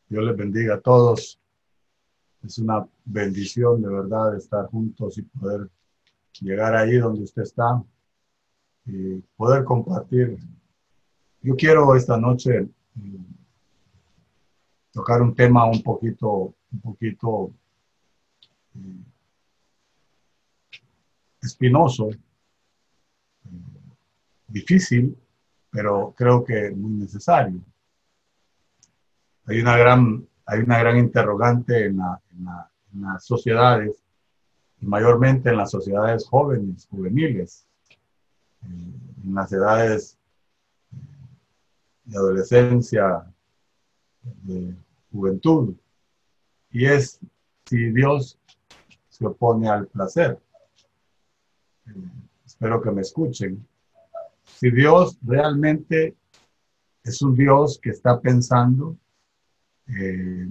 Dios les bendiga a todos. Es una bendición de verdad estar juntos y poder llegar ahí donde usted está y poder compartir. Yo quiero esta noche tocar un tema un poquito eh, espinoso, difícil, pero creo que muy necesario. Hay una gran interrogante en las sociedades, y mayormente en las sociedades jóvenes, juveniles, en las edades de adolescencia, de juventud, y es si Dios se opone al placer. Eh, Espero que me escuchen. Si Dios realmente es un Dios que está pensando eh,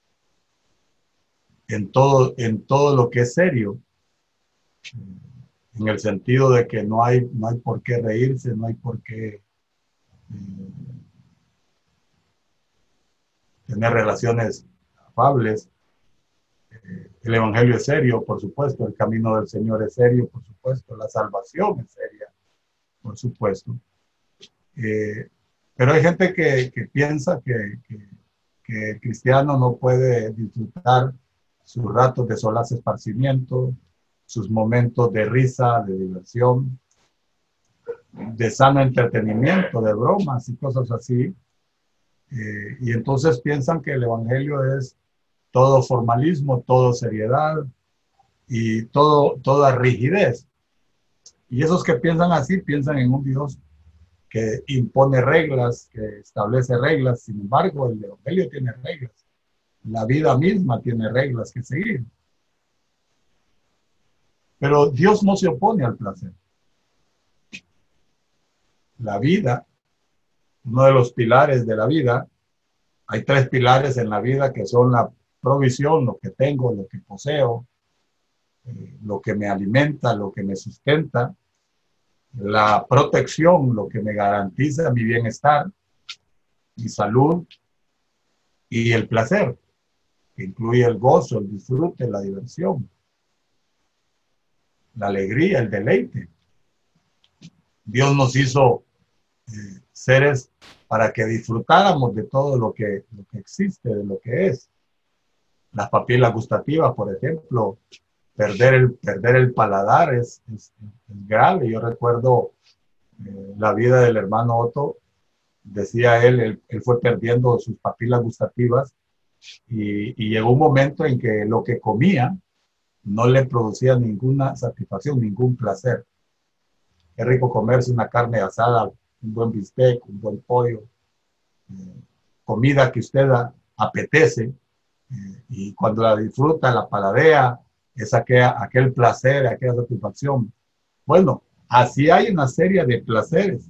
en todo lo que es serio, en el sentido de que no hay por qué reírse, no hay por qué tener relaciones afables. El Evangelio es serio, por supuesto, el camino del Señor es serio, por supuesto, la salvación es seria, por supuesto. Eh, pero hay gente que piensa que el cristiano no puede disfrutar sus ratos de solaz esparcimiento, sus momentos de risa, de diversión, de sano entretenimiento, de bromas y cosas así. Y entonces piensan que el Evangelio es todo formalismo, todo seriedad y toda rigidez. Y esos que piensan así piensan en un Dios que impone reglas, que establece reglas. Sin embargo, el Evangelio tiene reglas. La vida misma tiene reglas que seguir. Pero Dios no se opone al placer. La vida, uno de los pilares de la vida, hay tres pilares en la vida que son la provisión, lo que tengo, lo que poseo, lo que me alimenta, lo que me sustenta, la protección, lo que me garantiza mi bienestar, mi salud, y el placer, que incluye el gozo, el disfrute, la diversión, la alegría, el deleite. Dios nos hizo seres para que disfrutáramos de todo lo que existe, de lo que es. Las papilas gustativas, por ejemplo, perder el paladar es grave. Yo recuerdo la vida del hermano Otto, decía él fue perdiendo sus papilas gustativas y llegó un momento en que lo que comía no le producía ninguna satisfacción, ningún placer. Es rico comerse una carne asada, un buen bistec, un buen pollo, comida que usted apetece, y cuando la disfruta, la paladea, es aquel placer, aquella satisfacción. Bueno, así hay una serie de placeres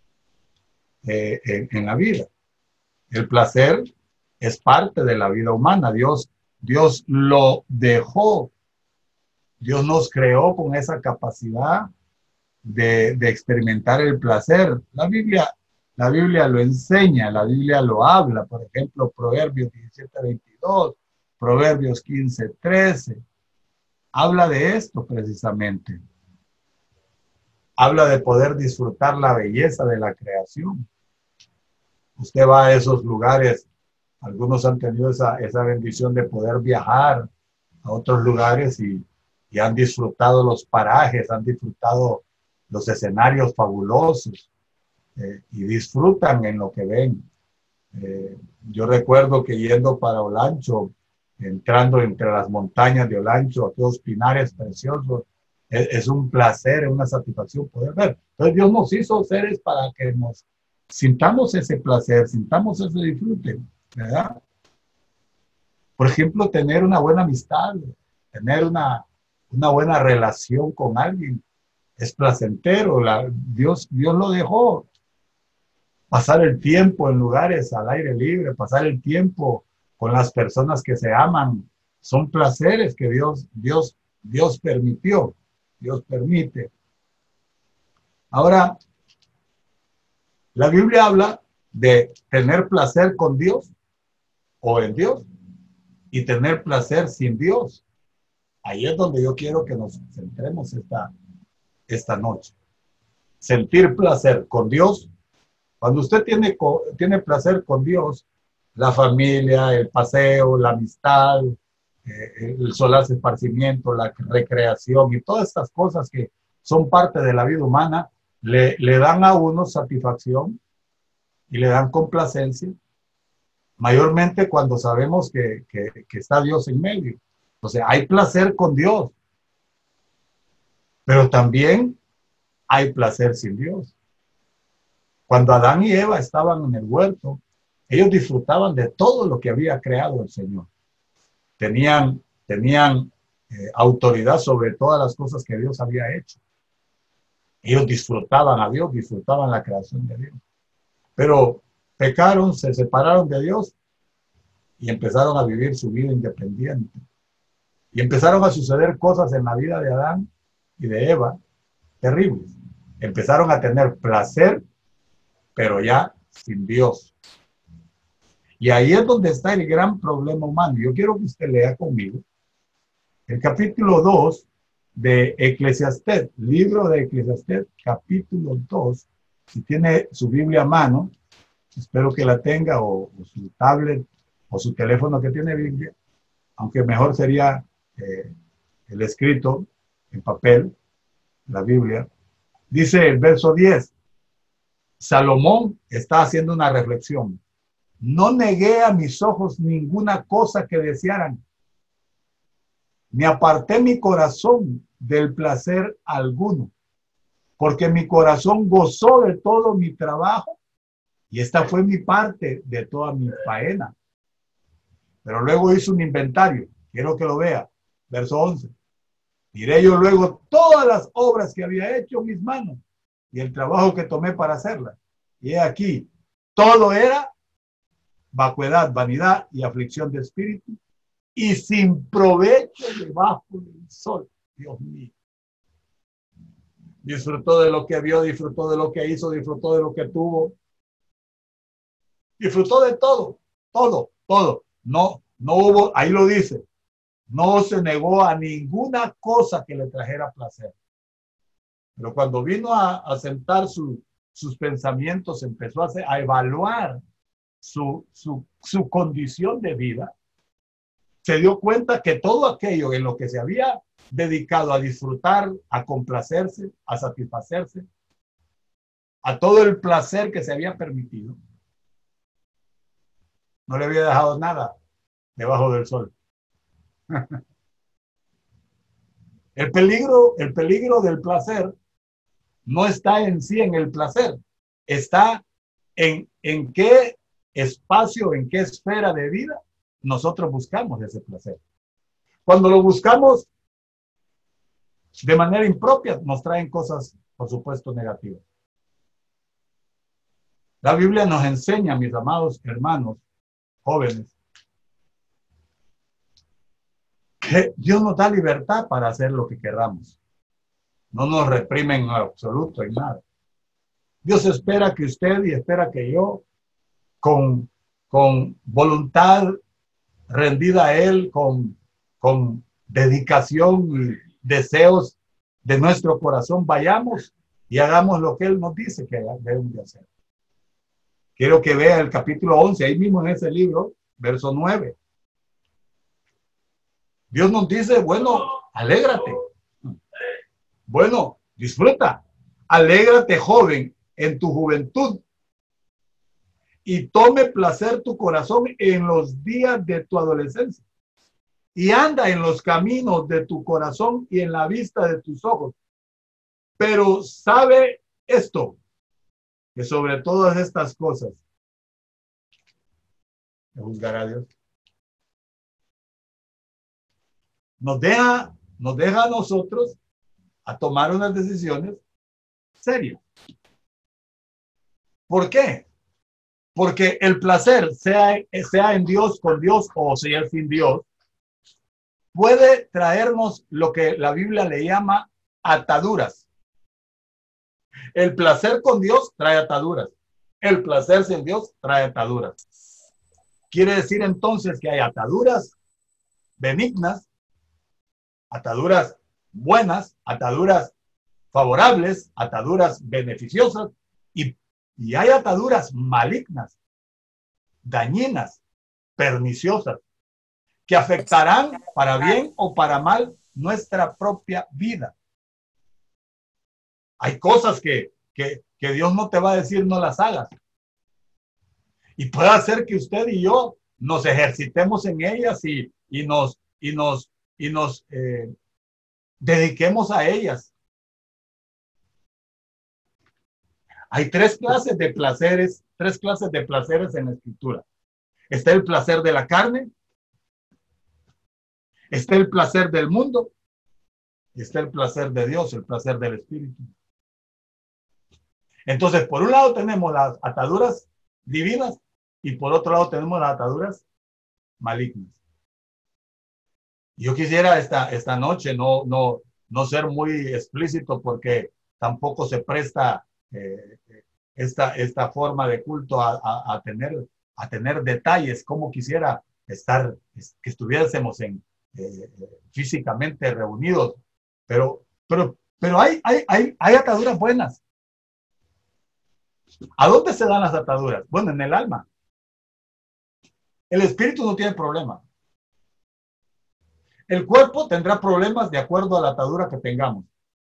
en la vida. El placer es parte de la vida humana. Dios lo dejó. Dios nos creó con esa capacidad de experimentar el placer. La Biblia lo enseña, la Biblia lo habla. Por ejemplo, Proverbios 17:22, Proverbios 15:13. Habla de esto precisamente. Habla de poder disfrutar la belleza de la creación. Usted va a esos lugares, algunos han tenido esa bendición de poder viajar a otros lugares y han disfrutado los parajes, han disfrutado los escenarios fabulosos, y disfrutan en lo que ven. Yo recuerdo que yendo para Olancho, entrando entre las montañas de Olancho, aquellos pinares preciosos, es un placer, es una satisfacción poder ver. Entonces Dios nos hizo seres para que nos sintamos ese placer, sintamos ese disfrute, ¿verdad? Por ejemplo, tener una buena amistad, tener una buena relación con alguien, es placentero. Dios lo dejó. Pasar el tiempo en lugares al aire libre, pasar el tiempo con las personas que se aman, son placeres que Dios permitió, Dios permite. Ahora, la Biblia habla de tener placer con Dios o en Dios, y tener placer sin Dios. Ahí es donde yo quiero que nos centremos esta noche. Sentir placer con Dios. Cuando usted tiene placer con Dios, la familia, el paseo, la amistad, el solaz esparcimiento, la recreación y todas estas cosas que son parte de la vida humana, le dan a uno satisfacción y le dan complacencia, mayormente cuando sabemos que está Dios en medio. O sea, hay placer con Dios, pero también hay placer sin Dios. Cuando Adán y Eva estaban en el huerto, ellos disfrutaban de todo lo que había creado el Señor. Tenían autoridad sobre todas las cosas que Dios había hecho. Ellos disfrutaban a Dios, disfrutaban la creación de Dios. Pero pecaron, se separaron de Dios y empezaron a vivir su vida independiente. Y empezaron a suceder cosas en la vida de Adán y de Eva terribles. Empezaron a tener placer, pero ya sin Dios. Y ahí es donde está el gran problema humano. Yo quiero que usted lea conmigo el capítulo 2 de Eclesiastés, libro de Eclesiastés, capítulo 2. Si tiene su Biblia a mano, espero que la tenga, o su tablet, o su teléfono que tiene Biblia, aunque mejor sería el escrito en papel, la Biblia. Dice el verso 10, Salomón está haciendo una reflexión. No negué a mis ojos ninguna cosa que desearan, ni aparté mi corazón del placer alguno, porque mi corazón gozó de todo mi trabajo y esta fue mi parte de toda mi faena. Pero luego hizo un inventario, quiero que lo vea, verso 11. Diré yo luego todas las obras que había hecho mis manos y el trabajo que tomé para hacerlas. Y he aquí, todo era vacuidad, vanidad y aflicción de espíritu, y sin provecho debajo del sol. Dios mío. Disfrutó de lo que vio, disfrutó de lo que hizo, disfrutó de lo que tuvo. Disfrutó de todo, todo. No hubo, ahí lo dice, no se negó a ninguna cosa que le trajera placer. Pero cuando vino a sentar sus pensamientos, empezó a evaluar su condición de vida, se dio cuenta que todo aquello en lo que se había dedicado a disfrutar, a complacerse, a satisfacerse, a todo el placer que se había permitido, no le había dejado nada debajo del sol. El peligro del placer no está en sí en el placer, está en qué espacio, en qué esfera de vida nosotros buscamos ese placer. Cuando lo buscamos de manera impropia, nos traen cosas, por supuesto, negativas. La Biblia nos enseña, mis amados hermanos, jóvenes, que Dios nos da libertad para hacer lo que queramos. No nos reprime en absoluto, en nada. Dios espera que usted y espera que yo, con voluntad rendida a Él, con dedicación y deseos de nuestro corazón, vayamos y hagamos lo que Él nos dice que debemos de hacer. Quiero que vea el capítulo 11, ahí mismo en ese libro, verso 9. Dios nos dice, bueno, alégrate. Bueno, disfruta. Alégrate, joven, en tu juventud. Y tome placer tu corazón en los días de tu adolescencia. Y anda en los caminos de tu corazón y en la vista de tus ojos. Pero sabe esto, que sobre todas estas cosas, ¿me juzgará Dios? Nos deja a nosotros a tomar unas decisiones serias. ¿Por qué? Porque el placer, sea en Dios, con Dios o sea sin Dios, puede traernos lo que la Biblia le llama ataduras. El placer con Dios trae ataduras. El placer sin Dios trae ataduras. Quiere decir entonces que hay ataduras benignas, ataduras buenas, ataduras favorables, ataduras beneficiosas y hay ataduras malignas, dañinas, perniciosas, que afectarán para bien o para mal nuestra propia vida. Hay cosas que Dios no te va a decir no las hagas. Y puede hacer que usted y yo nos ejercitemos en ellas y nos dediquemos a ellas. Hay tres clases de placeres en la Escritura. Está el placer de la carne, está el placer del mundo y está el placer de Dios, el placer del Espíritu. Entonces, por un lado tenemos las ataduras divinas y por otro lado tenemos las ataduras malignas. Yo quisiera esta noche no ser muy explícito porque tampoco se presta esta forma de culto a tener detalles, como quisiera que estuviésemos físicamente reunidos, pero hay ataduras buenas. ¿A dónde se dan las ataduras? Bueno, en el alma. El espíritu no tiene problema. El cuerpo tendrá problemas de acuerdo a la atadura que tengamos.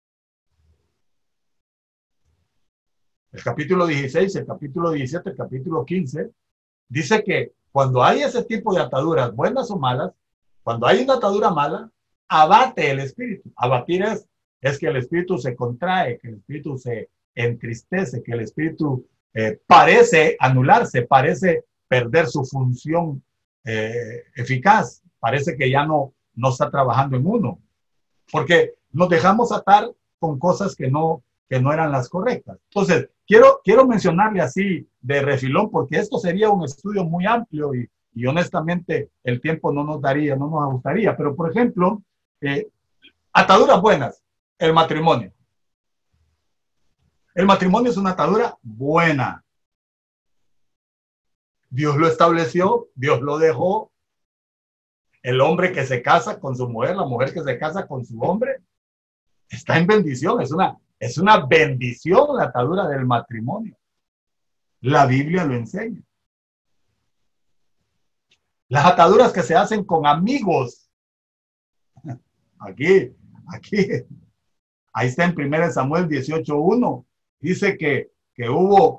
El capítulo 16, el capítulo 17, el capítulo 15, dice que cuando hay ese tipo de ataduras, buenas o malas, cuando hay una atadura mala, abate el espíritu. Abatir es que el espíritu se contrae, que el espíritu se entristece, que el espíritu parece anularse, parece perder su función eficaz, parece que ya no está trabajando en uno, porque nos dejamos atar con cosas que no eran las correctas. Entonces, quiero mencionarle así de refilón, porque esto sería un estudio muy amplio y honestamente el tiempo no nos gustaría, pero por ejemplo, ataduras buenas, el matrimonio. El matrimonio es una atadura buena. Dios lo estableció, Dios lo dejó. El hombre que se casa con su mujer, la mujer que se casa con su hombre, está en bendición. Es una bendición la atadura del matrimonio. La Biblia lo enseña. Las ataduras que se hacen con amigos. Aquí. Ahí está en 1 Samuel 18:1. Dice que hubo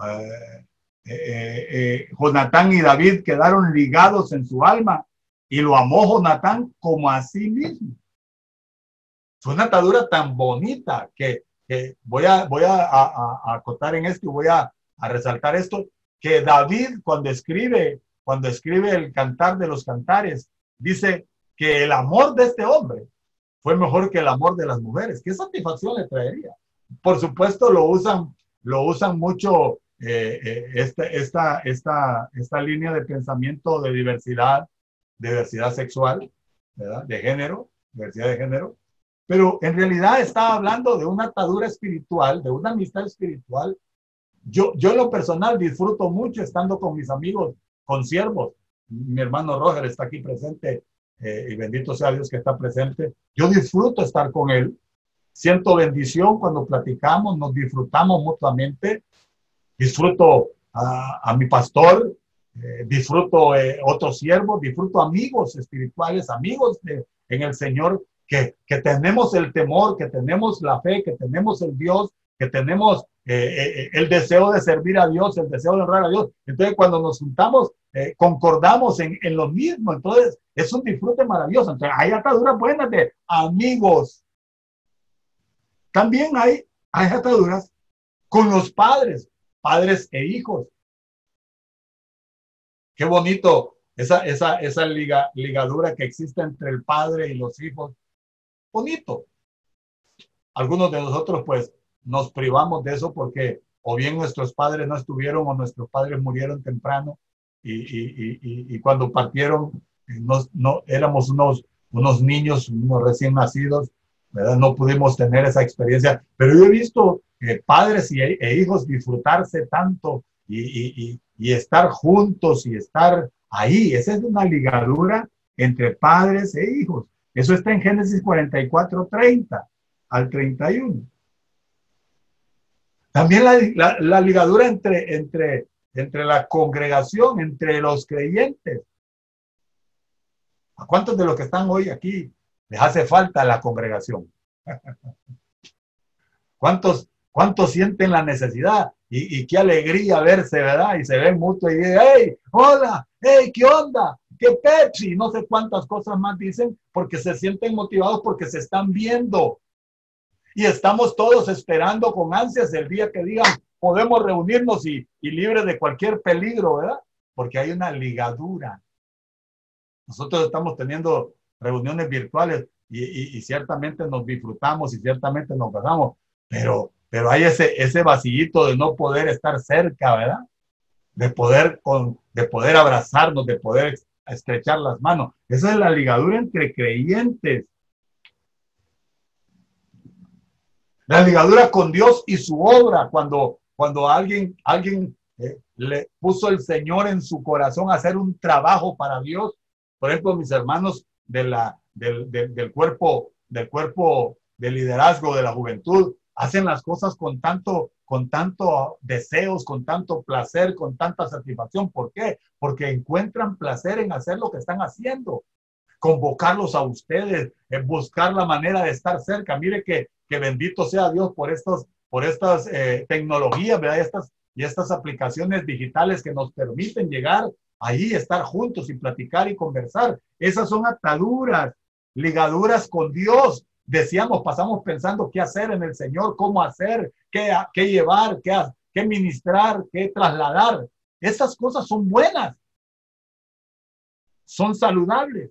Jonatán y David quedaron ligados en su alma y lo amó Jonatán como a sí mismo. Fue una atadura tan bonita que voy a acotar en esto y voy a resaltar esto, que David cuando escribe el Cantar de los Cantares, dice que el amor de este hombre fue mejor que el amor de las mujeres. ¿Qué satisfacción le traería? Por supuesto lo usan mucho esta línea de pensamiento de diversidad sexual, ¿verdad? De género, diversidad de género. Pero en realidad estaba hablando de una atadura espiritual, de una amistad espiritual. Yo en lo personal disfruto mucho estando con mis amigos, con siervos. Mi hermano Roger está aquí presente y bendito sea Dios que está presente. Yo disfruto estar con él. Siento bendición cuando platicamos, nos disfrutamos mutuamente. Disfruto a mi pastor, disfruto otros siervos, disfruto amigos espirituales, amigos en el Señor, que tenemos el temor, que tenemos la fe, que tenemos el Dios, que tenemos el deseo de servir a Dios, el deseo de honrar a Dios. Entonces, cuando nos juntamos, concordamos en lo mismo. Entonces, es un disfrute maravilloso. Entonces, hay ataduras buenas de amigos. También hay ataduras con los padres e hijos. Qué bonito esa ligadura que existe entre el padre y los hijos. Bonito. Algunos de nosotros pues nos privamos de eso porque o bien nuestros padres no estuvieron o nuestros padres murieron temprano y cuando partieron éramos unos niños, unos recién nacidos, ¿verdad? No pudimos tener esa experiencia, pero yo he visto padres e hijos disfrutarse tanto y estar juntos y estar Ahí, esa es una ligadura entre padres e hijos. Eso está en Génesis 44:30 al 31. También la ligadura entre la congregación, entre los creyentes. ¿A cuántos de los que están hoy aquí les hace falta la congregación? ¿Cuántos sienten la necesidad? Y qué alegría verse, ¿verdad? Y se ven mutuo y dicen, hey, hola, hey, ¿qué onda? ¿Qué Pepsi? No sé cuántas cosas más dicen porque se sienten motivados porque se están viendo. Y estamos todos esperando con ansias el día que digan, podemos reunirnos y libres de cualquier peligro, ¿verdad? Porque hay una ligadura. Nosotros estamos teniendo reuniones virtuales y ciertamente nos disfrutamos y ciertamente nos pasamos, pero hay ese vacillito de no poder estar cerca, ¿verdad? De poder abrazarnos, de poder estrechar las manos. Esa es la ligadura entre creyentes. La ligadura con Dios y su obra, cuando alguien le puso el Señor en su corazón a hacer un trabajo para Dios. Por ejemplo, mis hermanos del cuerpo de liderazgo de la juventud hacen las cosas con tanto deseos, con tanto placer, con tanta satisfacción. ¿Por qué? Porque encuentran placer en hacer lo que están haciendo. Convocarlos a ustedes, buscar la manera de estar cerca. Mire que bendito sea Dios por estas tecnologías, ¿verdad? Estas aplicaciones digitales que nos permiten llegar ahí, estar juntos y platicar y conversar. Esas son ataduras, ligaduras con Dios. Decíamos, pasamos pensando qué hacer en el Señor, cómo hacer, qué llevar, qué ministrar, qué trasladar. Esas cosas son buenas, son saludables.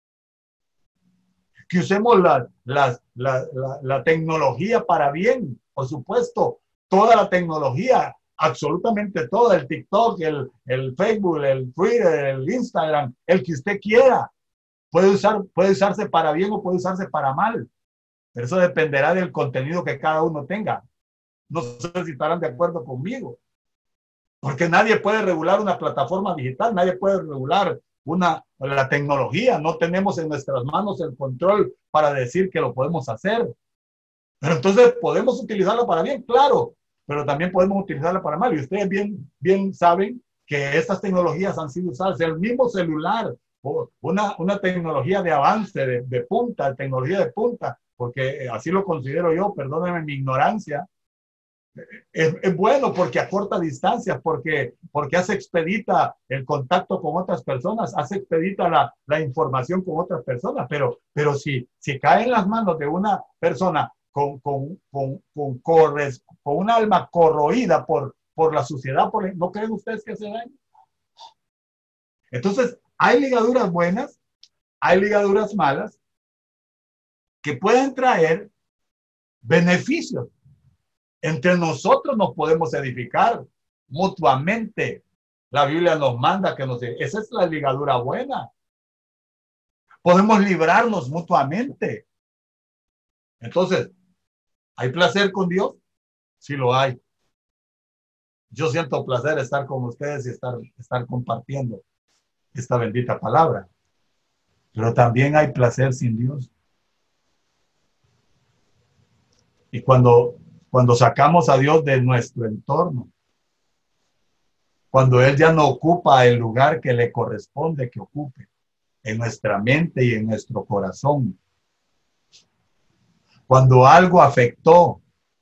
Que usemos la tecnología para bien, por supuesto, toda la tecnología, absolutamente toda, el TikTok, el Facebook, el Twitter, el Instagram, el que usted quiera, puede usarse para bien o puede usarse para mal, pero eso dependerá del contenido que cada uno tenga. No sé si estarán de acuerdo conmigo, porque nadie puede regular una plataforma digital, nadie puede regular la tecnología, no tenemos en nuestras manos el control para decir que lo podemos hacer. Pero entonces podemos utilizarla para bien, claro, pero también podemos utilizarla para mal. Y ustedes bien saben que estas tecnologías han sido usadas. El mismo celular, una tecnología de avance, de punta, tecnología de punta, porque así lo considero yo, perdónenme mi ignorancia. Es bueno porque acorta distancias, porque hace expedita el contacto con otras personas, hace expedita la información con otras personas, pero si cae en las manos de una persona con un alma corroída por la suciedad, ¿no creen ustedes que se daña? Entonces, hay ligaduras buenas, hay ligaduras malas que pueden traer beneficios. Entre nosotros nos podemos edificar mutuamente. La Biblia nos manda que esa es la ligadura buena. Podemos librarnos mutuamente. Entonces, ¿hay placer con Dios? Sí lo hay. Yo siento placer estar con ustedes y estar compartiendo esta bendita palabra. Pero también hay placer sin Dios. Y cuando sacamos a Dios de nuestro entorno, cuando Él ya no ocupa el lugar que le corresponde que ocupe en nuestra mente y en nuestro corazón, cuando algo afectó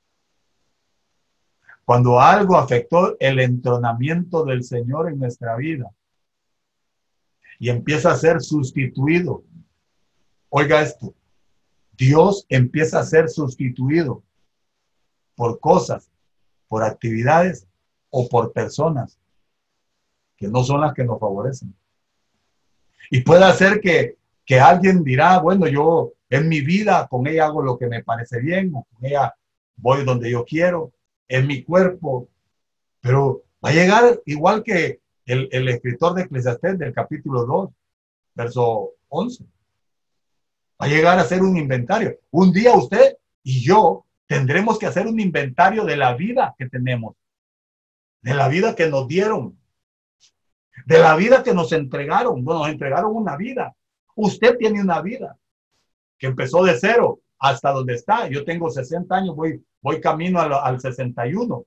el entronamiento del Señor en nuestra vida y empieza a ser sustituido. Oiga esto, Dios empieza a ser sustituido por cosas, por actividades o por personas que no son las que nos favorecen. Y puede hacer que alguien dirá, bueno, yo en mi vida con ella hago lo que me parece bien, o con ella voy donde yo quiero, en mi cuerpo, pero va a llegar igual que el escritor de Eclesiastés del capítulo 2, verso 11. Va a llegar a hacer un inventario. Un día usted y yo tendremos que hacer un inventario de la vida que tenemos, de la vida que nos dieron. de la vida que nos entregaron. Bueno, nos entregaron una vida. Usted tiene una vida que empezó de cero hasta donde está. Yo tengo 60 años, voy camino al 61.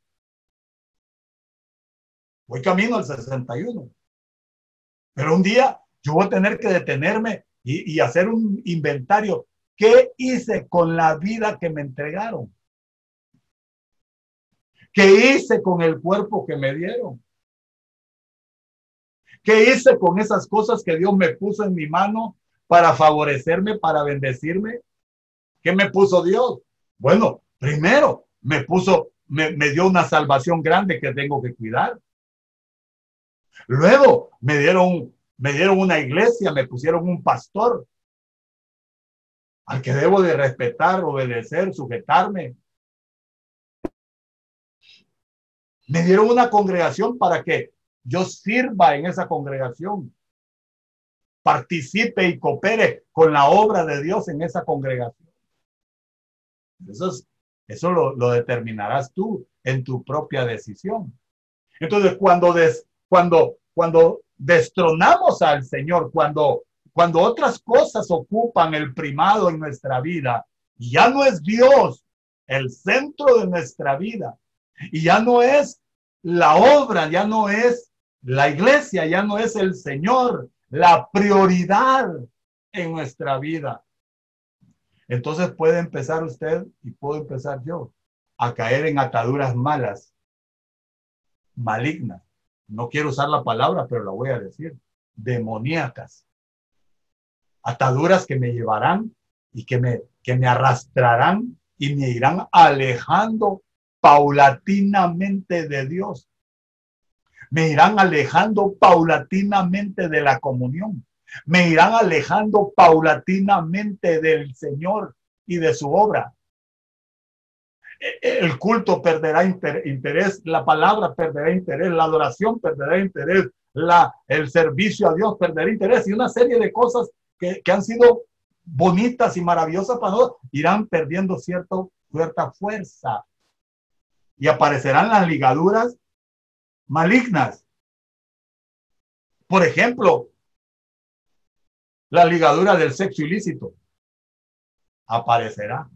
Voy camino al 61. Pero un día yo voy a tener que detenerme y hacer un inventario. ¿Qué hice con la vida que me entregaron? ¿Qué hice con el cuerpo que me dieron? ¿Qué hice con esas cosas que Dios me puso en mi mano para favorecerme, para bendecirme? ¿Qué me puso Dios? Bueno, primero me dio una salvación grande que tengo que cuidar. Luego me dieron una iglesia, me pusieron un pastor al que debo de respetar, obedecer, sujetarme. Me dieron una congregación para que yo sirva en esa congregación, participe y coopere con la obra de Dios en esa congregación. Eso lo determinarás tú en tu propia decisión. Entonces, cuando destronamos al Señor, cuando otras cosas ocupan el primado en nuestra vida, ya no es Dios el centro de nuestra vida, y ya no es la obra, ya no es la iglesia, ya no es el Señor la prioridad en nuestra vida. Entonces puede empezar usted y puedo empezar yo a caer en ataduras malas, malignas. No quiero usar la palabra, pero la voy a decir. Demoníacas. Ataduras que me llevarán y que me arrastrarán y me irán alejando paulatinamente de Dios. Me irán alejando paulatinamente de la comunión. Me irán alejando paulatinamente del Señor y de su obra. El culto perderá interés, la palabra perderá interés, la adoración perderá interés, el servicio a Dios perderá interés y una serie de cosas que han sido bonitas y maravillosas para nosotros irán perdiendo cierta fuerza y aparecerán las ligaduras malignas. Por ejemplo, la ligadura del sexo ilícito aparecerá.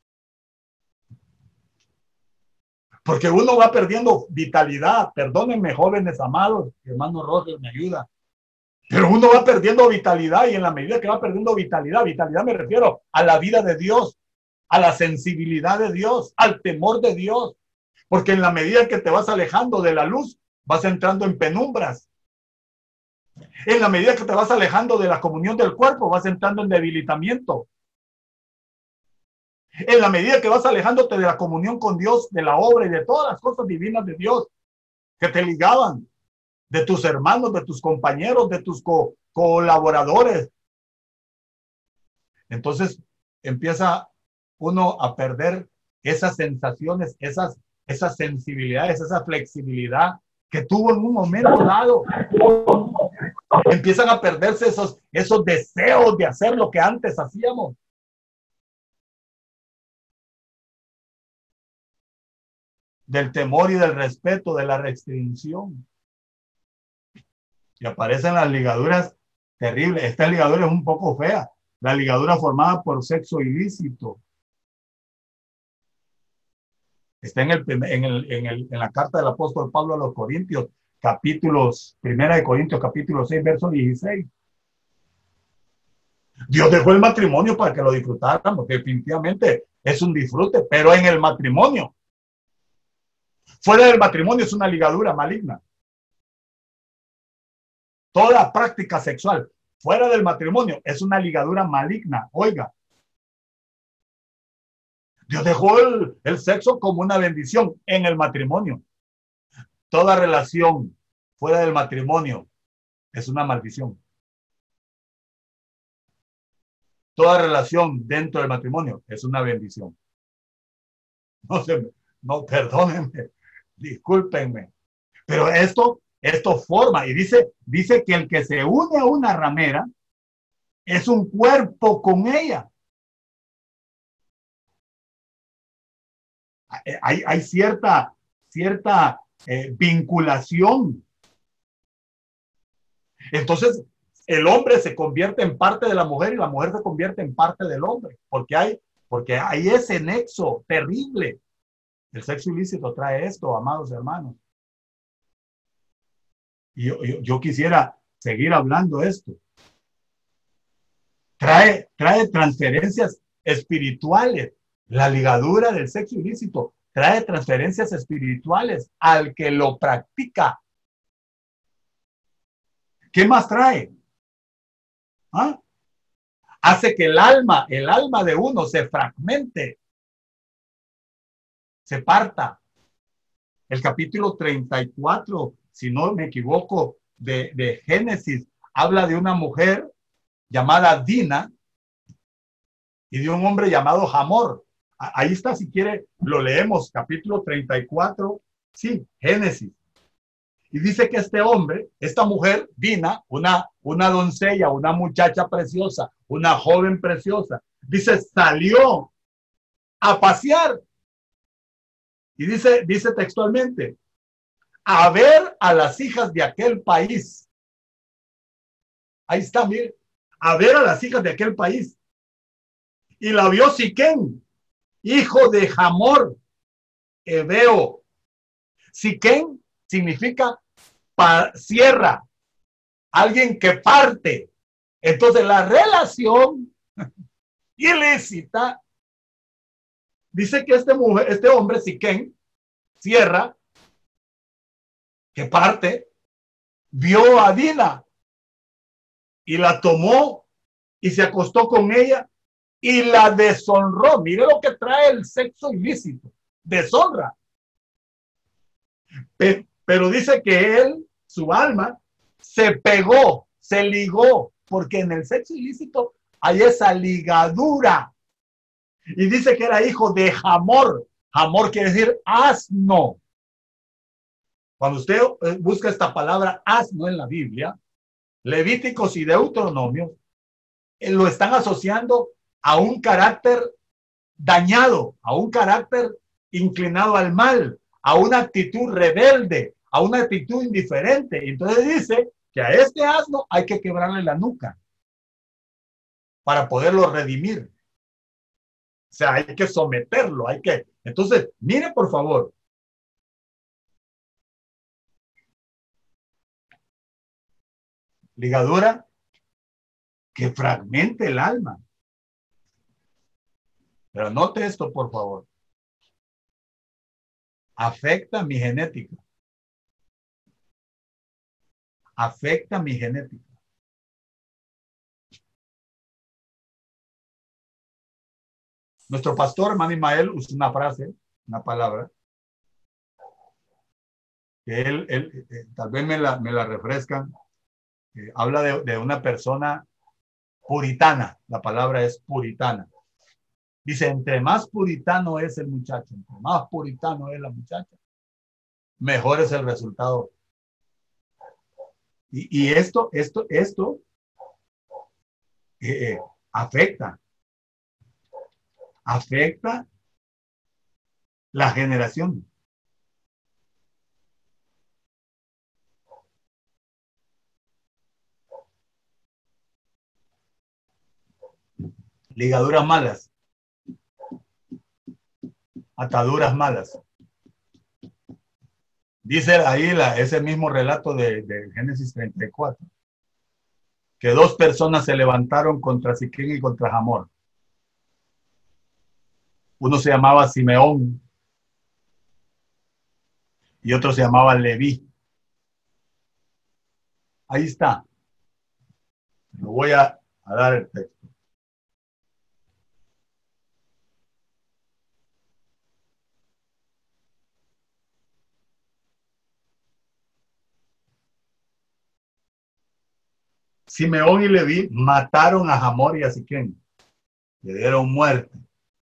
Porque uno va perdiendo vitalidad. Perdónenme, jóvenes amados, hermano Roger me ayuda. Pero uno va perdiendo vitalidad y en la medida que va perdiendo vitalidad me refiero a la vida de Dios, a la sensibilidad de Dios, al temor de Dios. Porque en la medida que te vas alejando de la luz, vas entrando en penumbras. En la medida que te vas alejando de la comunión del cuerpo, vas entrando en debilitamiento. En la medida que vas alejándote de la comunión con Dios, de la obra y de todas las cosas divinas de Dios que te ligaban, de tus hermanos, de tus compañeros, de tus colaboradores. Entonces empieza uno a perder esas sensaciones, esas sensibilidades, esa flexibilidad que tuvo en un momento dado. Empiezan a perderse esos deseos de hacer lo que antes hacíamos. Del temor y del respeto, de la restricción. Y aparecen las ligaduras terribles. Esta ligadura es un poco fea. La ligadura formada por sexo ilícito. Está en la carta del apóstol Pablo a los Corintios, Primera de Corintios, capítulo 6, verso 16. Dios dejó el matrimonio para que lo disfrutáramos, que definitivamente es un disfrute, pero en el matrimonio. Fuera del matrimonio es una ligadura maligna. Toda práctica sexual fuera del matrimonio es una ligadura maligna. Oiga, Dios dejó el sexo como una bendición en el matrimonio. Toda relación fuera del matrimonio es una maldición. Toda relación dentro del matrimonio es una bendición. No, perdónenme, discúlpenme. Pero esto forma, y dice que el que se une a una ramera es un cuerpo con ella. Hay cierta vinculación. Entonces, el hombre se convierte en parte de la mujer y la mujer se convierte en parte del hombre, porque hay ese nexo terrible. El sexo ilícito trae esto, amados hermanos. Y yo quisiera seguir hablando esto. Trae transferencias espirituales. La ligadura del sexo ilícito trae transferencias espirituales al que lo practica. ¿Qué más trae? ¿Ah? Hace que el alma de uno se fragmente, se parta. El capítulo 34, si no me equivoco, de Génesis, habla de una mujer llamada Dina y de un hombre llamado Hamor. Ahí está, si quiere, lo leemos, capítulo 34, sí, Génesis. Y dice que este hombre, esta mujer, Dina, una doncella, una muchacha preciosa, una joven preciosa, dice, salió a pasear. Y dice textualmente, a ver a las hijas de aquel país. Ahí está, mire, a ver a las hijas de aquel país. Y la vio Siquén, hijo de Hamor, Heveo. Siquén significa sierra, alguien que parte. Entonces la relación ilícita dice que este hombre, Siquén, sierra, que parte, vio a Dina y la tomó y se acostó con ella y la deshonró. Mire lo que trae el sexo ilícito, deshonra. Pero dice que él, su alma, se pegó, se ligó, porque en el sexo ilícito hay esa ligadura. Y dice que era hijo de Hamor. Hamor quiere decir asno. Cuando usted busca esta palabra asno en la Biblia, Levíticos y Deuteronomio lo están asociando a un carácter dañado, a un carácter inclinado al mal, a una actitud rebelde, a una actitud indiferente. Entonces dice que a este asno hay que quebrarle la nuca para poderlo redimir. O sea, hay que someterlo, hay que... Entonces, mire por favor. Ligadura que fragmente el alma. Pero note esto, por favor. Afecta mi genética. Afecta mi genética. Nuestro pastor, hermano Ismael, usa una frase, una palabra, que él tal vez me la refrescan. Habla de una persona puritana. La palabra es puritana. Dice, entre más puritano es el muchacho, entre más puritano es la muchacha, mejor es el resultado. Y esto afecta la generación. Ligaduras malas, ataduras malas. Dice ahí ese mismo relato de Génesis 34, que dos personas se levantaron contra Siquén y contra Hamor. Uno se llamaba Simeón y otro se llamaba Leví. Ahí está. Lo voy a dar el texto. Simeón y Leví mataron a Hamor y a Siquén. Le dieron muerte.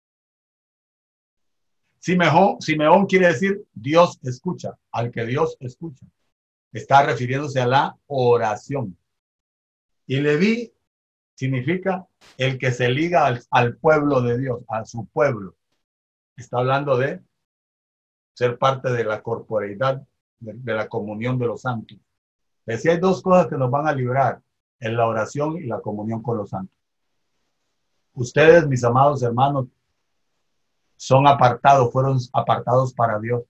Simeón quiere decir Dios escucha, al que Dios escucha. Está refiriéndose a la oración. Y Leví significa el que se liga al pueblo de Dios, a su pueblo. Está hablando de ser parte de la corporeidad, de la comunión de los santos, Decía, hay dos cosas que nos van a librar, en la oración y la comunión con los santos. Ustedes, mis amados hermanos, son apartados, fueron apartados para Dios.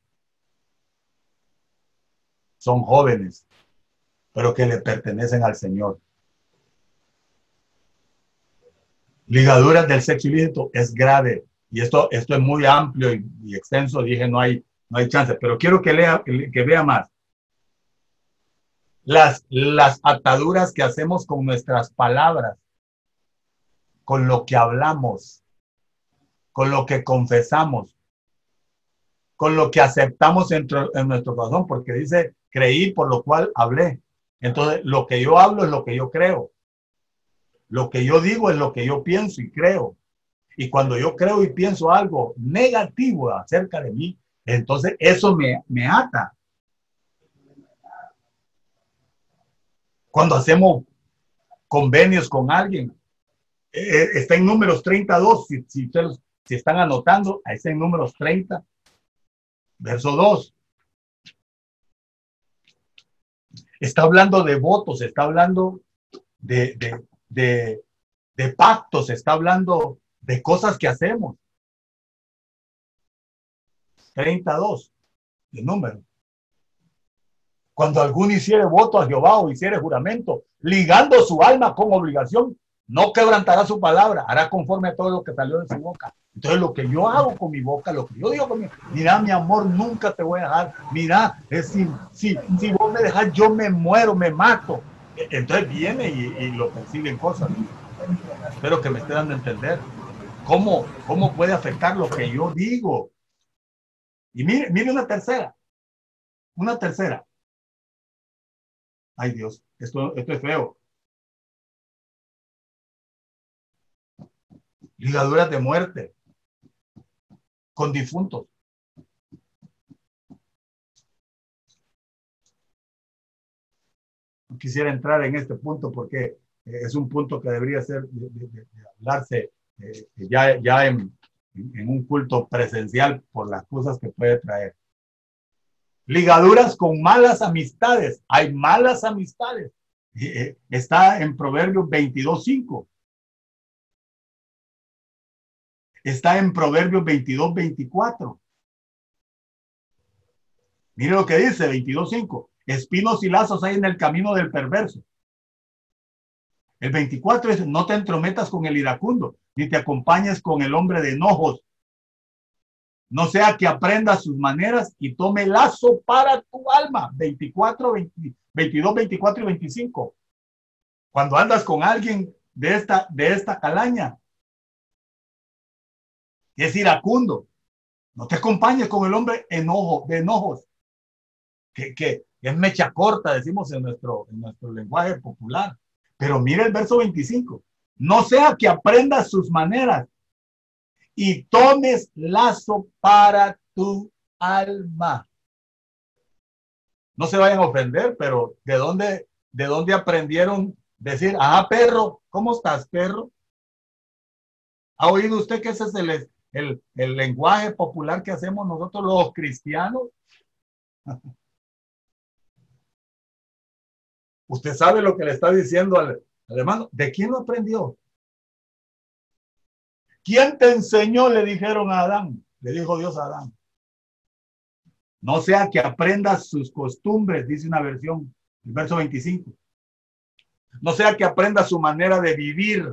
Son jóvenes, pero que le pertenecen al Señor. Ligaduras del sexo ilícito es grave. Y esto es muy amplio y extenso. Dije, no hay chance. Pero quiero que lea, que vea más. Las ataduras que hacemos con nuestras palabras, con lo que hablamos, con lo que confesamos, con lo que aceptamos en nuestro corazón, porque dice, creí por lo cual hablé. Entonces, lo que yo hablo es lo que yo creo. Lo que yo digo es lo que yo pienso y creo. Y cuando yo creo y pienso algo negativo acerca de mí, entonces eso me ata. Cuando hacemos convenios con alguien, está en números 32, si están anotando, ahí está en números 30, verso 2. Está hablando de votos, está hablando de pactos, está hablando de cosas que hacemos. 32, el número. Cuando alguno hiciere voto a Jehová o hiciere juramento, ligando su alma con obligación, no quebrantará su palabra, hará conforme a todo lo que salió de su boca. Entonces, lo que yo hago con mi boca, lo que yo digo con mi boca, mira, mi amor, nunca te voy a dejar. Mira, si vos me dejas, yo me muero, me mato. Entonces viene y lo persiguen cosas. Espero que me esté dando a entender cómo puede afectar lo que yo digo. Y mire una tercera. Una tercera. Ay, Dios, esto es feo. Ligaduras de muerte con difuntos. No quisiera entrar en este punto porque es un punto que debería ser de hablarse ya en un culto presencial por las cosas que puede traer. Ligaduras con malas amistades. Hay malas amistades. Está en Proverbios 22:5. Está en Proverbios 22:24. Mire lo que dice 22:5. Espinos y lazos hay en el camino del perverso. El 24 es, no te entrometas con el iracundo, ni te acompañes con el hombre de enojos. No sea que aprendas sus maneras y tome lazo para tu alma. 22, 24 y 25. Cuando andas con alguien de esta calaña, que es iracundo, no te acompañes con el hombre de enojos, que es mecha corta, decimos en nuestro lenguaje popular. Pero mire el verso 25. No sea que aprendas sus maneras y tomes lazo para tu alma. No se vayan a ofender, pero ¿de dónde aprendieron decir, perro, ¿cómo estás, perro? ¿Ha oído usted que ese es el lenguaje popular que hacemos nosotros los cristianos? Usted sabe lo que le está diciendo al hermano. ¿De quién lo aprendió? ¿Quién te enseñó? Le dijeron a Adán. Le dijo Dios a Adán. No sea que aprendas sus costumbres, dice una versión, el verso 25. No sea que aprenda su manera de vivir.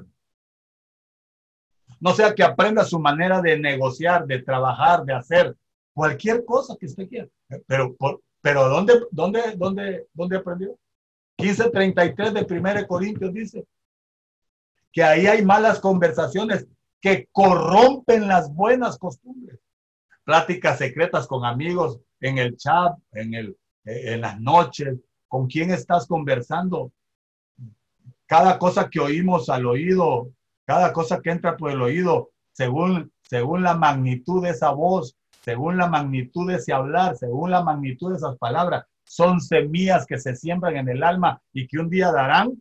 No sea que aprenda su manera de negociar, de trabajar, de hacer cualquier cosa que usted quiera. Pero ¿dónde aprendió? 15:33 de 1 Corintios dice que ahí hay malas conversaciones que corrompen las buenas costumbres. Pláticas secretas con amigos en el chat, en las noches. ¿Con quién estás conversando? Cada cosa que oímos al oído, cada cosa que entra por el oído, según la magnitud de esa voz, según la magnitud de ese hablar, según la magnitud de esas palabras, son semillas que se siembran en el alma y que un día darán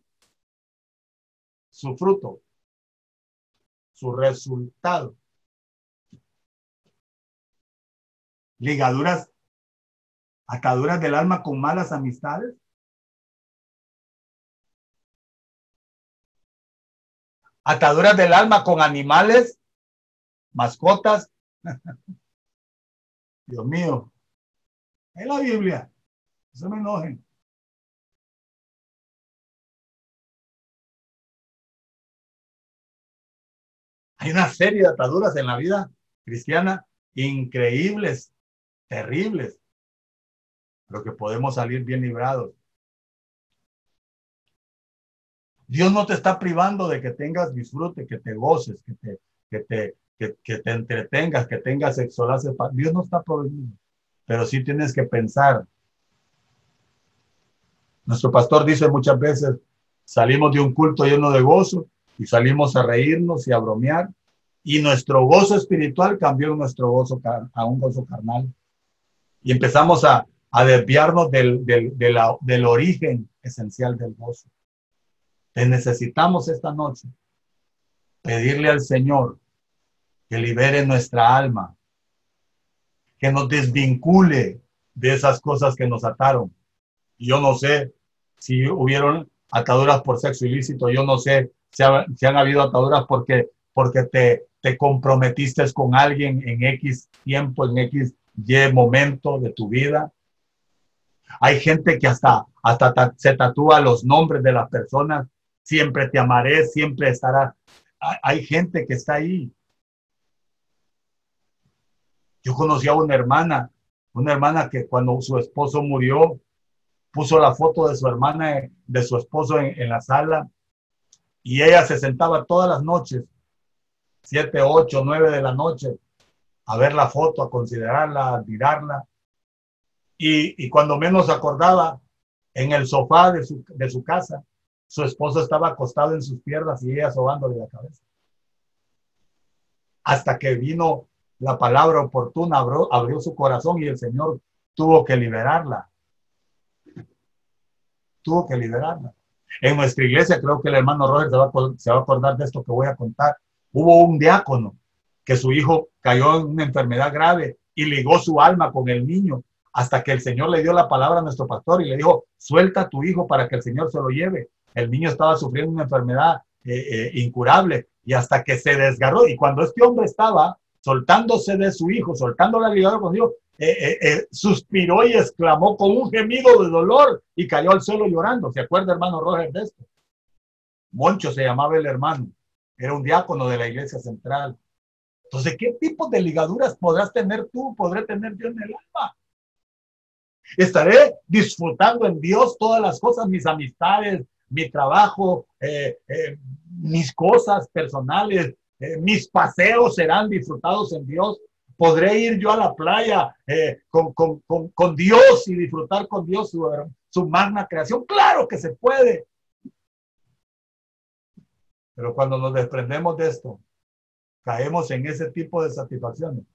su fruto, su resultado. Ligaduras, ataduras del alma con malas amistades. Ataduras del alma con animales, mascotas. Dios mío, en la Biblia, no se me enojen. Hay una serie de ataduras en la vida cristiana increíbles, terribles, pero que podemos salir bien librados. Dios no te está privando de que tengas disfrute, que te goces, que te entretengas, que tengas sexo. Dios no está prohibiendo, pero sí tienes que pensar. Nuestro pastor dice muchas veces, salimos de un culto lleno de gozo y salimos a reírnos y a bromear, y nuestro gozo espiritual cambió en nuestro gozo a un gozo carnal. Y empezamos a desviarnos del origen esencial del gozo. Te necesitamos esta noche pedirle al Señor que libere nuestra alma, que nos desvincule de esas cosas que nos ataron. Y yo no sé si hubieron ataduras por sexo ilícito, yo no sé si han habido ataduras porque te comprometiste con alguien en X tiempo, en X Y momento de tu vida. Hay gente que hasta se tatúa los nombres de las personas, siempre te amaré, siempre estará. Hay gente que está ahí. Yo conocí a una hermana que cuando su esposo murió, puso la foto de su hermana, de su esposo en la sala, y ella se sentaba todas las noches, 7, 8, 9 de la noche, a ver la foto, a considerarla, a admirarla. Y cuando menos acordaba, en el sofá de su casa, su esposo estaba acostado en sus piernas y ella sobándole la cabeza. Hasta que vino la palabra oportuna, abrió su corazón y el Señor tuvo que liberarla. Tuvo que liberarla. En nuestra iglesia, creo que el hermano Roger se va a acordar de esto que voy a contar. Hubo un diácono que su hijo cayó en una enfermedad grave y ligó su alma con el niño hasta que el Señor le dio la palabra a nuestro pastor y le dijo, suelta a tu hijo para que el Señor se lo lleve. El niño estaba sufriendo una enfermedad incurable y hasta que se desgarró. Y cuando este hombre estaba soltándose de su hijo, soltando la ligadura con Dios, suspiró y exclamó con un gemido de dolor y cayó al suelo llorando. ¿Se acuerda, hermano Roger, de esto? Moncho se llamaba el hermano, era un diácono de la iglesia central. Entonces, ¿qué tipo de ligaduras podrás tener tú, podré tener yo en el alma? Estaré disfrutando en Dios todas las cosas, mis amistades, mi trabajo, mis cosas personales, mis paseos serán disfrutados en Dios. Podré ir yo a la playa con Dios y disfrutar con Dios su magna creación. Claro que se puede. Pero cuando nos desprendemos de esto, caemos en ese tipo de satisfacciones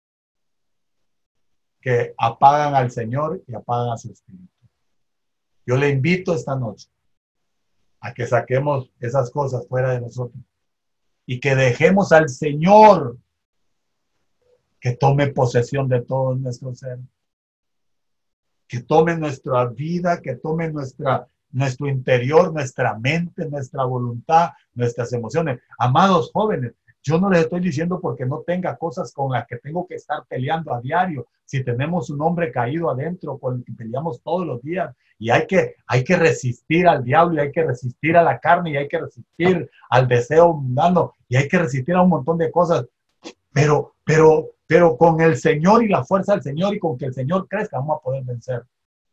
que apagan al Señor y apagan a su espíritu. Yo le invito esta noche a que saquemos esas cosas fuera de nosotros y que dejemos al Señor que tome posesión de todo nuestro ser, que tome nuestra vida, que tome nuestro interior, nuestra mente, nuestra voluntad, nuestras emociones. Amados jóvenes, yo no les estoy diciendo porque no tenga cosas con las que tengo que estar peleando a diario. Si tenemos un hombre caído adentro con el que peleamos todos los días y hay que resistir al diablo y hay que resistir a la carne y hay que resistir al deseo mundano y hay que resistir a un montón de cosas. Pero con el Señor y la fuerza del Señor y con que el Señor crezca, vamos a poder vencer.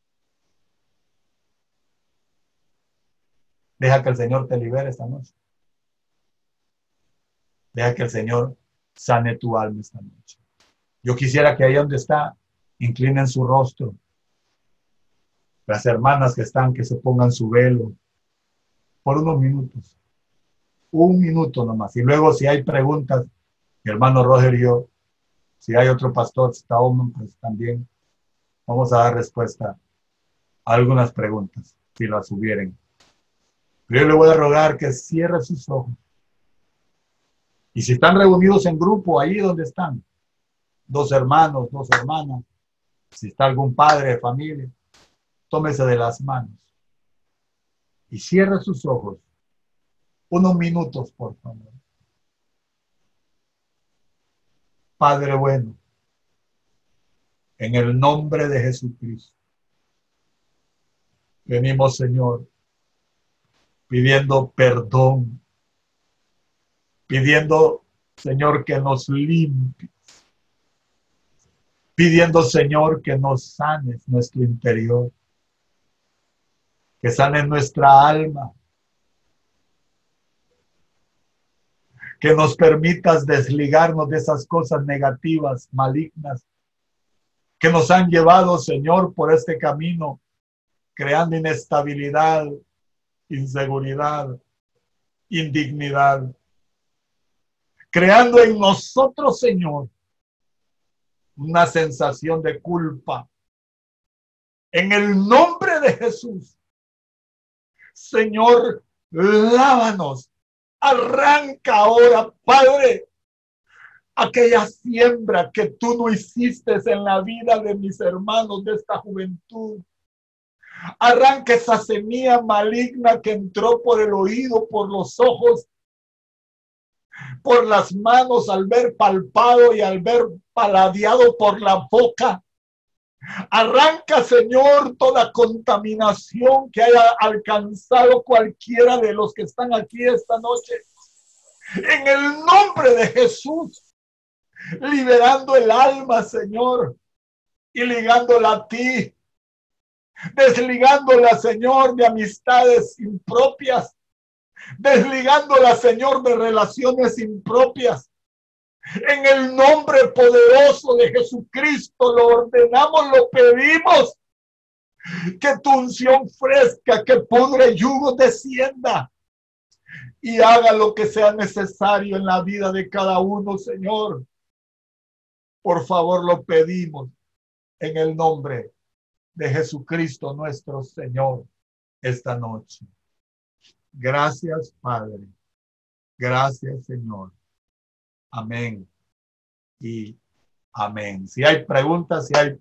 Deja que el Señor te libere esta noche. Deja que el Señor sane tu alma esta noche. Yo quisiera que ahí donde está, inclinen su rostro. Las hermanas que están, que se pongan su velo por unos minutos. Un minuto nomás. Y luego si hay preguntas, mi hermano Roger y yo, si hay otro pastor, si está hombre, pues también vamos a dar respuesta a algunas preguntas, si las hubieren. Pero yo le voy a rogar que cierre sus ojos. Y si están reunidos en grupo, ahí donde están, 2 hermanos, 2 hermanas, si está algún padre de familia, tómese de las manos y cierre sus ojos Unos minutos, por favor. Padre bueno, en el nombre de Jesucristo, venimos, Señor, pidiendo perdón, pidiendo, Señor, que nos limpie, pidiendo, Señor, que nos sanes nuestro interior, que sanes nuestra alma, que nos permitas desligarnos de esas cosas negativas, malignas, que nos han llevado, Señor, por este camino, creando inestabilidad, inseguridad, indignidad, creando en nosotros, Señor, una sensación de culpa. En el nombre de Jesús, Señor, lávanos, arranca ahora, Padre, aquella siembra que tú no hiciste en la vida de mis hermanos de esta juventud. Arranca esa semilla maligna que entró por el oído, por los ojos, por las manos, al ver palpado y al ver paladeado por la boca. Arranca, Señor, toda contaminación que haya alcanzado cualquiera de los que están aquí esta noche. En el nombre de Jesús, liberando el alma, Señor, y ligándola a ti, desligándola, Señor, de amistades impropias, desligándola, Señor, de relaciones impropias. En el nombre poderoso de Jesucristo lo ordenamos, lo pedimos, que tu unción fresca que pudre yugo descienda y haga lo que sea necesario en la vida de cada uno, Señor. Por favor, lo pedimos en el nombre de Jesucristo nuestro Señor esta noche. Gracias, Padre. Gracias, Señor. Amén y amén. Si hay preguntas, si hay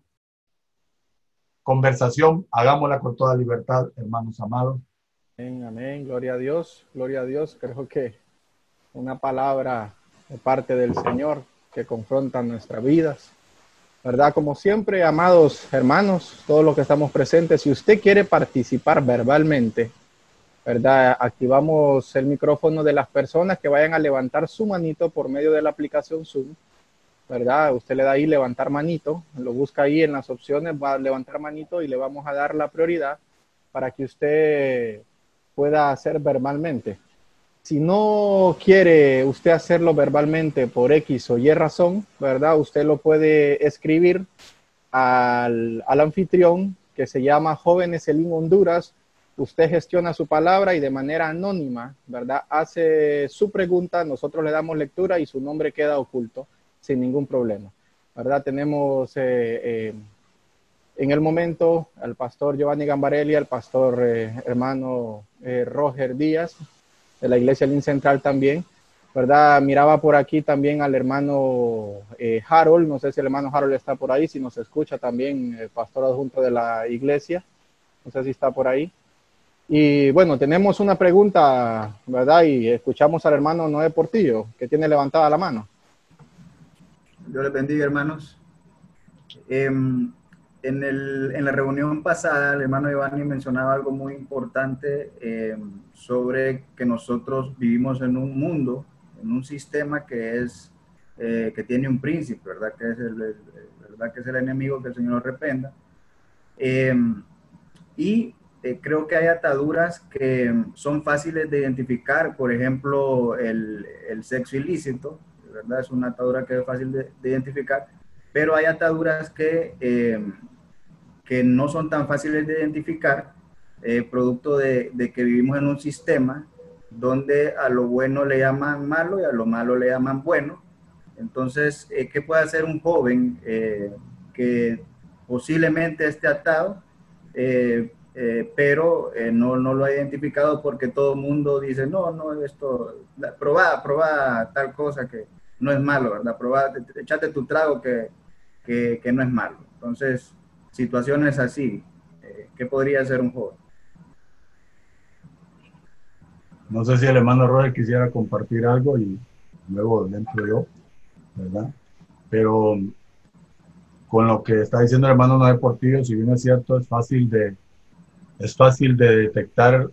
conversación, hagámosla con toda libertad, hermanos amados. Amén, amén. Gloria a Dios, gloria a Dios. Creo que una palabra de parte del Señor que confronta nuestras vidas, ¿verdad? Como siempre, amados hermanos, todos los que estamos presentes, si usted quiere participar verbalmente, ¿verdad? Activamos el micrófono de las personas que vayan a levantar su manito por medio de la aplicación Zoom, ¿verdad? Usted le da ahí levantar manito, lo busca ahí en las opciones, va a levantar manito y le vamos a dar la prioridad para que usted pueda hacer verbalmente. Si no quiere usted hacerlo verbalmente por X o Y razón, ¿verdad? Usted lo puede escribir al anfitrión que se llama Jóvenes Elim Honduras. Usted gestiona su palabra y de manera anónima, ¿verdad? Hace su pregunta, nosotros le damos lectura y su nombre queda oculto sin ningún problema, ¿verdad? Tenemos en el momento al pastor Giovanni Gambarelli, al pastor hermano Roger Díaz, de la Iglesia Lin Central también, ¿verdad? Miraba por aquí también al hermano Harold, no sé si el hermano Harold está por ahí, si nos escucha también, el pastor adjunto de la iglesia, no sé si está por ahí. Y bueno, tenemos una pregunta, ¿verdad? Y escuchamos al hermano Noé Portillo, que tiene levantada la mano. Dios les bendiga, hermanos. En la reunión pasada, el hermano Giovanni mencionaba algo muy importante sobre que nosotros vivimos en un mundo, en un sistema que tiene un príncipe, ¿verdad? ¿Verdad? Que es el enemigo, que el Señor lo reprenda. Creo que hay ataduras que son fáciles de identificar, por ejemplo, el sexo ilícito, ¿verdad? Es una atadura que es fácil de identificar, pero hay ataduras que no son tan fáciles de identificar, producto de que vivimos en un sistema donde a lo bueno le llaman malo y a lo malo le llaman bueno. Entonces, ¿qué puede hacer un joven que posiblemente esté atado, pero no lo ha identificado porque todo el mundo dice, no, esto, probá tal cosa que no es malo, ¿verdad? Probá, echate tu trago que no es malo. Entonces, situaciones así, ¿qué podría hacer un joven? No sé si el hermano Roger quisiera compartir algo y luego dentro yo, ¿verdad? Pero con lo que está diciendo el hermano Noé Portillo, si bien es cierto, es fácil de detectar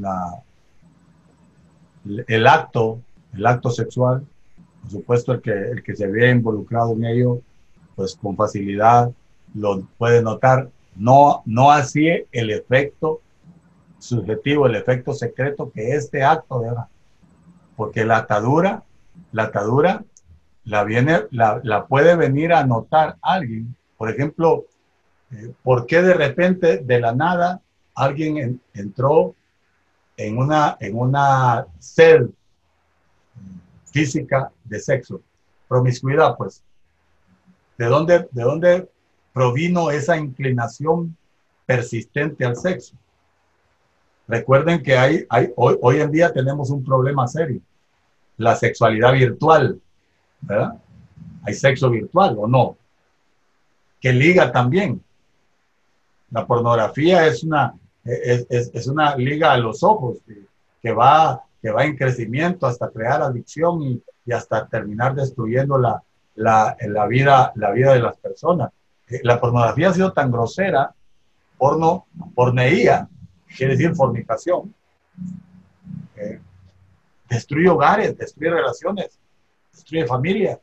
el acto, el acto sexual. Por supuesto, el que se ve involucrado en ello, pues con facilidad lo puede notar. No, no así el efecto subjetivo, el efecto secreto que este acto deja. Porque la atadura la puede venir a notar alguien. Por ejemplo, ¿por qué de repente, de la nada, alguien entró en una sed física de sexo? Promiscuidad, pues. De dónde provino esa inclinación persistente al sexo? Recuerden que hoy en día tenemos un problema serio, la sexualidad virtual, ¿verdad? Hay sexo virtual o no, que liga también. La pornografía es una liga a los ojos que va en crecimiento hasta crear adicción y hasta terminar destruyendo la vida de las personas. La pornografía ha sido tan grosera, porneía, quiere decir fornicación, eh, destruye hogares, destruye relaciones, destruye familias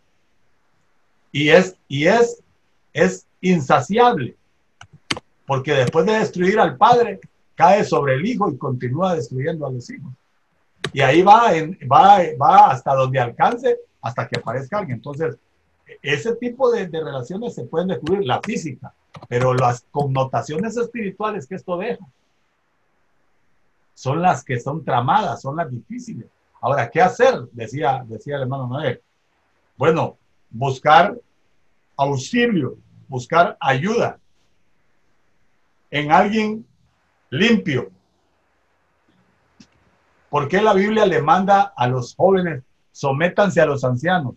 es insaciable, porque después de destruir al padre, cae sobre el hijo y continúa destruyendo a los hijos. Y ahí va hasta donde alcance, hasta que aparezca alguien. Entonces, ese tipo de relaciones se pueden descubrir, la física, pero las connotaciones espirituales que esto deja son las que son tramadas, son las difíciles. Ahora, ¿qué hacer? Decía el hermano Noé. Bueno, buscar auxilio, buscar ayuda en alguien limpio. ¿Por qué la Biblia le manda a los jóvenes, sométanse a los ancianos?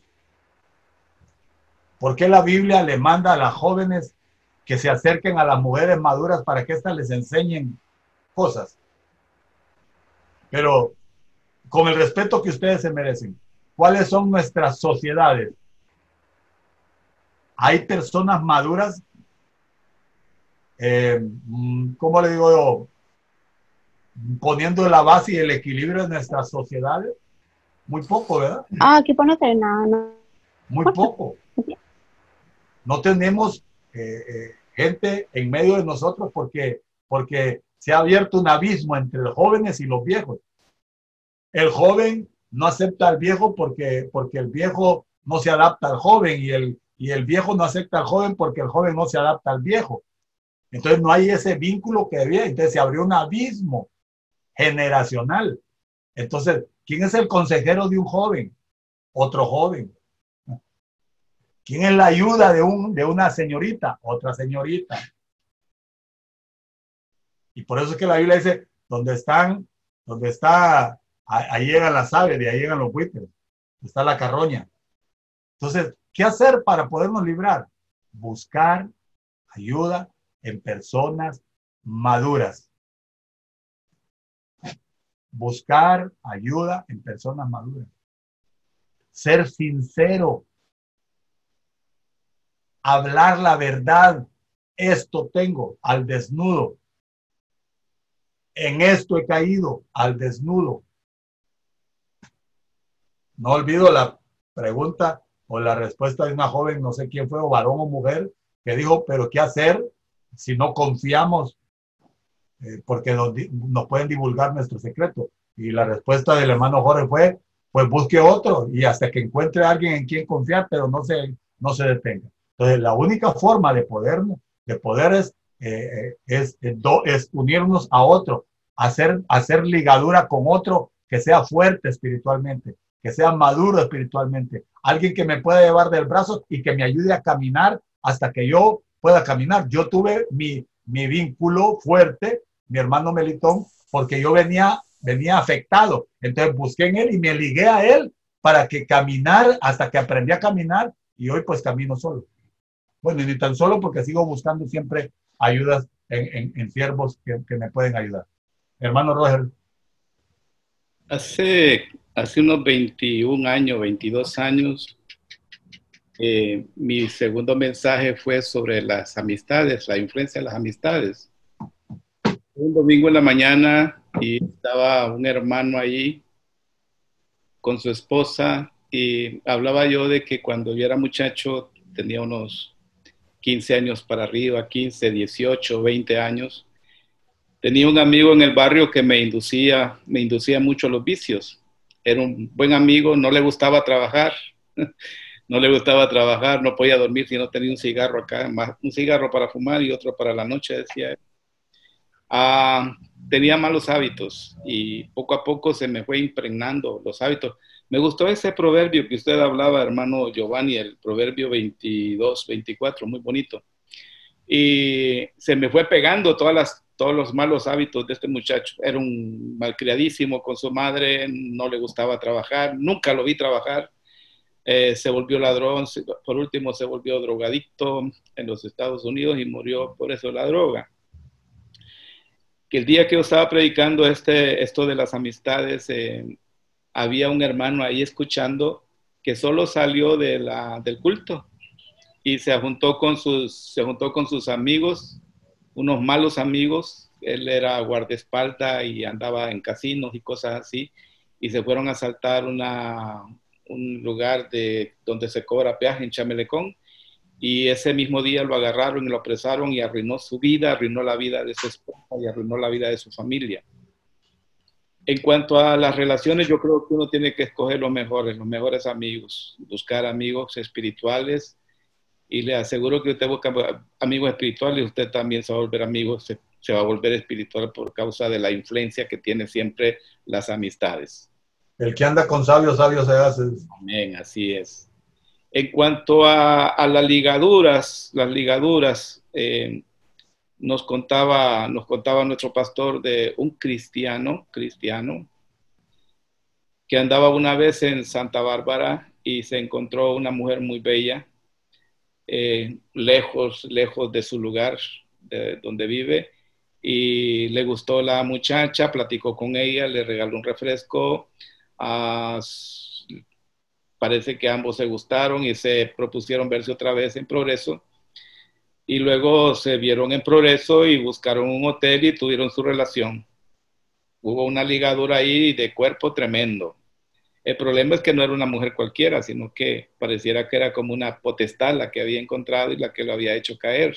¿Por qué la Biblia le manda a las jóvenes que se acerquen a las mujeres maduras para que éstas les enseñen cosas? Pero con el respeto que ustedes se merecen, ¿cuáles son nuestras sociedades? Hay personas maduras, ¿cómo le digo yo? Poniendo la base y el equilibrio de nuestras sociedades. Muy poco, ¿verdad? Aquí pone que nada. Muy poco. No tenemos gente en medio de nosotros porque se ha abierto un abismo entre los jóvenes y los viejos. El joven no acepta al viejo porque el viejo no se adapta al joven y el viejo no acepta al joven porque el joven no se adapta al viejo. Entonces no hay ese vínculo que había. Entonces se abrió un abismo generacional. Entonces, ¿quién es el consejero de un joven? Otro joven. ¿Quién es la ayuda de una señorita? Otra señorita. Y por eso es que la Biblia dice, donde está, ahí llegan las aves, de ahí llegan los buitres, está la carroña. Entonces, ¿qué hacer para podernos librar? Buscar ayuda en personas maduras. Buscar ayuda en personas maduras. Ser sincero. Hablar la verdad. Esto tengo al desnudo. En esto he caído al desnudo. No olvido la pregunta o la respuesta de una joven, no sé quién fue, o varón o mujer, que dijo, pero ¿qué hacer si no confiamos? Porque nos pueden divulgar nuestro secreto. Y la respuesta del hermano Jorge fue, pues busque otro y hasta que encuentre a alguien en quien confiar, pero no se detenga. Entonces, la única forma de poder es unirnos a otro, hacer ligadura con otro que sea fuerte espiritualmente, que sea maduro espiritualmente, alguien que me pueda llevar del brazo y que me ayude a caminar hasta que yo pueda caminar. Yo tuve mi vínculo fuerte, mi hermano Melitón, porque yo venía afectado. Entonces busqué en él y me ligué a él para que caminar hasta que aprendí a caminar y hoy pues camino solo. Bueno, y ni tan solo porque sigo buscando siempre ayudas en siervos que me pueden ayudar. Hermano Roger. Hace unos 21 años, 22 años, mi segundo mensaje fue sobre las amistades, la influencia de las amistades. Un domingo en la mañana y estaba un hermano ahí con su esposa y hablaba yo de que cuando yo era muchacho, tenía unos 15 años para arriba, 15, 18, 20 años, tenía un amigo en el barrio que me inducía mucho a los vicios. Era un buen amigo, no le gustaba trabajar, no le gustaba trabajar, no podía dormir si no tenía un cigarro acá, un cigarro para fumar y otro para la noche, decía él. Ah, tenía malos hábitos y poco a poco se me fue impregnando los hábitos. Me gustó ese proverbio que usted hablaba, hermano Giovanni, el proverbio 22, 24, muy bonito. Y se me fue pegando todos los malos hábitos de este muchacho. Era un malcriadísimo con su madre, no le gustaba trabajar, nunca lo vi trabajar. Se volvió ladrón, por último se volvió drogadicto en los Estados Unidos y murió por eso la droga. Que el día que yo estaba predicando esto de las amistades, había un hermano ahí escuchando que solo salió del culto y se juntó con sus amigos, unos malos amigos. Él era guardaespaldas y andaba en casinos y cosas así, y se fueron a asaltar un lugar donde se cobra peaje en Chamelecón, y ese mismo día lo agarraron y lo apresaron y arruinó su vida, arruinó la vida de su esposa y arruinó la vida de su familia. En cuanto a las relaciones, yo creo que uno tiene que escoger los mejores amigos, buscar amigos espirituales, y le aseguro que usted busca amigos espirituales, usted también se va a volver amigo, se va a volver espiritual por causa de la influencia que tiene siempre las amistades. El que anda con sabios, sabio se hace. Amén, así es. En cuanto a las ligaduras, nos contaba nuestro pastor de un cristiano que andaba una vez en Santa Bárbara y se encontró una mujer muy bella, lejos de su lugar, de donde vive, y le gustó la muchacha, platicó con ella, le regaló un refresco. Parece que ambos se gustaron y se propusieron verse otra vez en Progreso, y luego se vieron en Progreso y buscaron un hotel y tuvieron su relación. Hubo una ligadura ahí de cuerpo tremendo. El problema es que no era una mujer cualquiera, sino que pareciera que era como una potestad la que había encontrado y la que lo había hecho caer.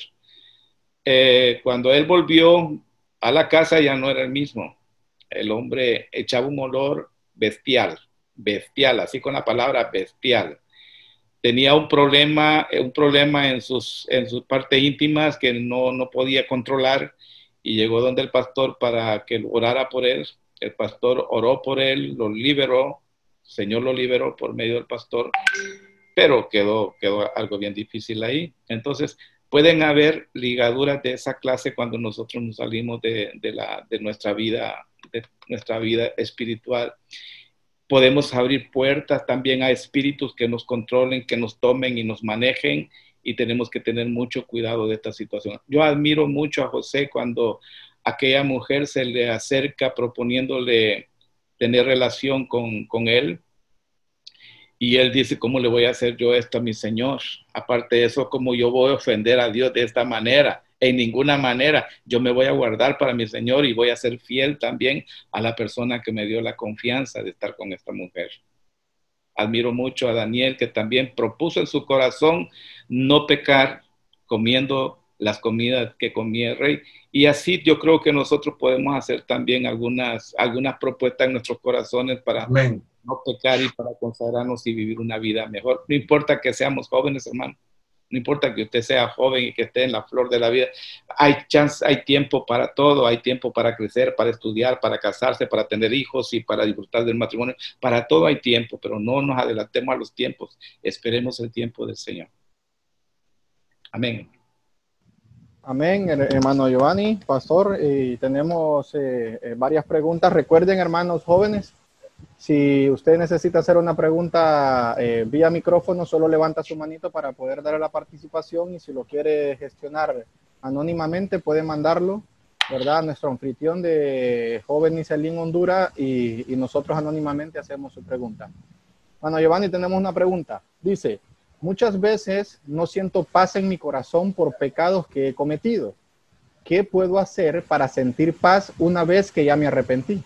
Cuando él volvió a la casa ya no era el mismo. El hombre echaba un olor bestial, así con la palabra bestial. Tenía un problema en sus partes íntimas que no podía controlar, y llegó donde el pastor para que orara por él. El pastor oró por él, lo liberó, el Señor lo liberó por medio del pastor, pero quedó algo bien difícil ahí. Entonces, pueden haber ligaduras de esa clase cuando nosotros nos salimos de nuestra vida espiritual. Podemos abrir puertas también a espíritus que nos controlen, que nos tomen y nos manejen, y tenemos que tener mucho cuidado de esta situación. Yo admiro mucho a José cuando aquella mujer se le acerca proponiéndole tener relación con él, y él dice: ¿cómo le voy a hacer yo esto a mi Señor? Aparte de eso, ¿cómo yo voy a ofender a Dios de esta manera? En ninguna manera. Yo me voy a guardar para mi Señor y voy a ser fiel también a la persona que me dio la confianza de estar con esta mujer. Admiro mucho a Daniel, que también propuso en su corazón no pecar comiendo las comidas que comía el rey. Y así yo creo que nosotros podemos hacer también algunas propuestas en nuestros corazones para Amén. No pecar y para consagrarnos y vivir una vida mejor. No importa que seamos jóvenes, hermano. No importa que usted sea joven y que esté en la flor de la vida. Hay tiempo para todo. Hay tiempo para crecer, para estudiar, para casarse, para tener hijos y para disfrutar del matrimonio. Para todo hay tiempo, pero no nos adelantemos a los tiempos. Esperemos el tiempo del Señor. Amén. Amén, hermano Giovanni, pastor. Y tenemos varias preguntas. Recuerden, hermanos jóvenes, si usted necesita hacer una pregunta vía micrófono, solo levanta su manito para poder dar la participación, y si lo quiere gestionar anónimamente, puede mandarlo ¿verdad? Nuestro anfitrión de Joven Iselín Honduras y nosotros anónimamente hacemos su pregunta. Bueno, Giovanni, tenemos una pregunta. Dice, muchas veces no siento paz en mi corazón por pecados que he cometido. ¿Qué puedo hacer para sentir paz una vez que ya me arrepentí?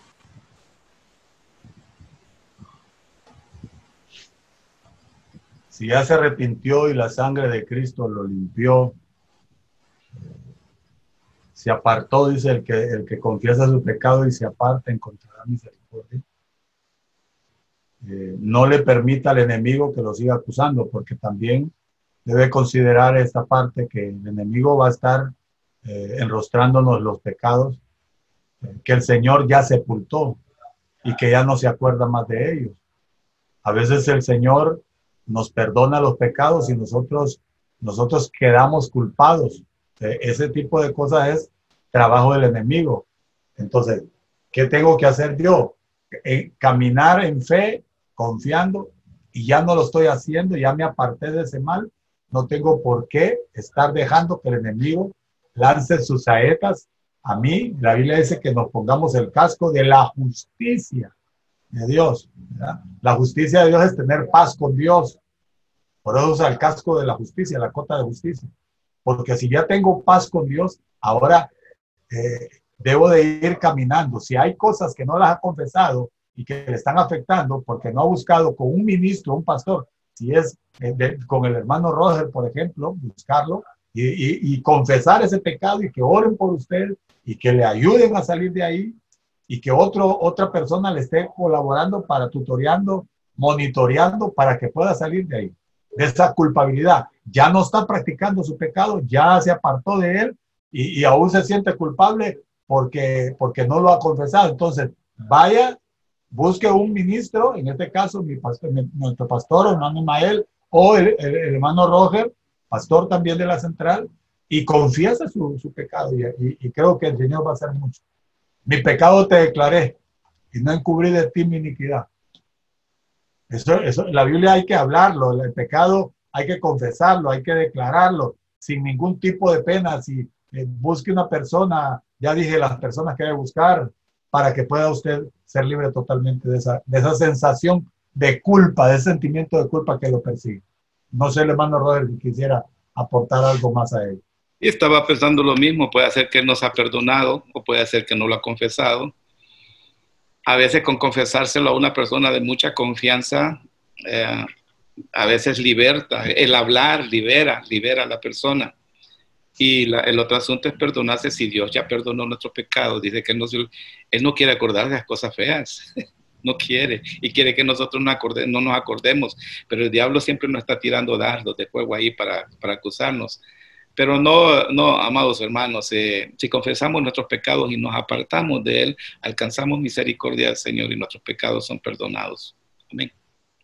Si ya se arrepintió y la sangre de Cristo lo limpió, se apartó, dice el que confiesa su pecado y se aparta encontrará misericordia. No le permita al enemigo que lo siga acusando, porque también debe considerar esta parte que el enemigo va a estar enrostrándonos los pecados que el Señor ya sepultó y que ya no se acuerda más de ellos. A veces el Señor nos perdona los pecados y nosotros quedamos culpados. Ese tipo de cosas es trabajo del enemigo. Entonces, ¿qué tengo que hacer yo? Caminar en fe, confiando, y ya no lo estoy haciendo, ya me aparté de ese mal. No tengo por qué estar dejando que el enemigo lance sus saetas a mí. La Biblia dice que nos pongamos el casco de la justicia de Dios, ¿verdad? La justicia de Dios es tener paz con Dios. Por eso usa el casco de la justicia, la cota de justicia. Porque si ya tengo paz con Dios, ahora debo de ir caminando. Si hay cosas que no las ha confesado y que le están afectando porque no ha buscado con un ministro, un pastor, si es con el hermano Roger, por ejemplo, buscarlo y confesar ese pecado y que oren por usted y que le ayuden a salir de ahí y que otra persona le esté colaborando para tutoreando, monitoreando para que pueda salir de ahí, de esa culpabilidad. Ya no está practicando su pecado, ya se apartó de él y aún se siente culpable porque no lo ha confesado. Entonces, vaya, busque un ministro, en este caso nuestro pastor, hermano Mael, o el hermano Roger, pastor también de la central, y confiesa su pecado. Y creo que el Señor va a hacer mucho. Mi pecado te declaré, y no encubrí de ti mi iniquidad. Eso, la Biblia hay que hablarlo, el pecado hay que confesarlo, hay que declararlo, sin ningún tipo de pena. Si busque una persona, ya dije las personas que hay que buscar, para que pueda usted ser libre totalmente de esa sensación de culpa, de ese sentimiento de culpa que lo persigue. No sé, el hermano Robert, si quisiera aportar algo más a él. Y estaba pensando lo mismo, puede ser que nos ha perdonado o puede ser que no lo ha confesado. A veces con confesárselo a una persona de mucha confianza, a veces liberta, el hablar libera a la persona. Y el otro asunto es perdonarse. Si Dios ya perdonó nuestros pecados, dice que Él no quiere acordar de las cosas feas, no quiere, y quiere que nosotros no nos acordemos, pero el diablo siempre nos está tirando dardos de fuego ahí para acusarnos. Pero no, amados hermanos, si confesamos nuestros pecados y nos apartamos de Él, alcanzamos misericordia del Señor y nuestros pecados son perdonados. Amén.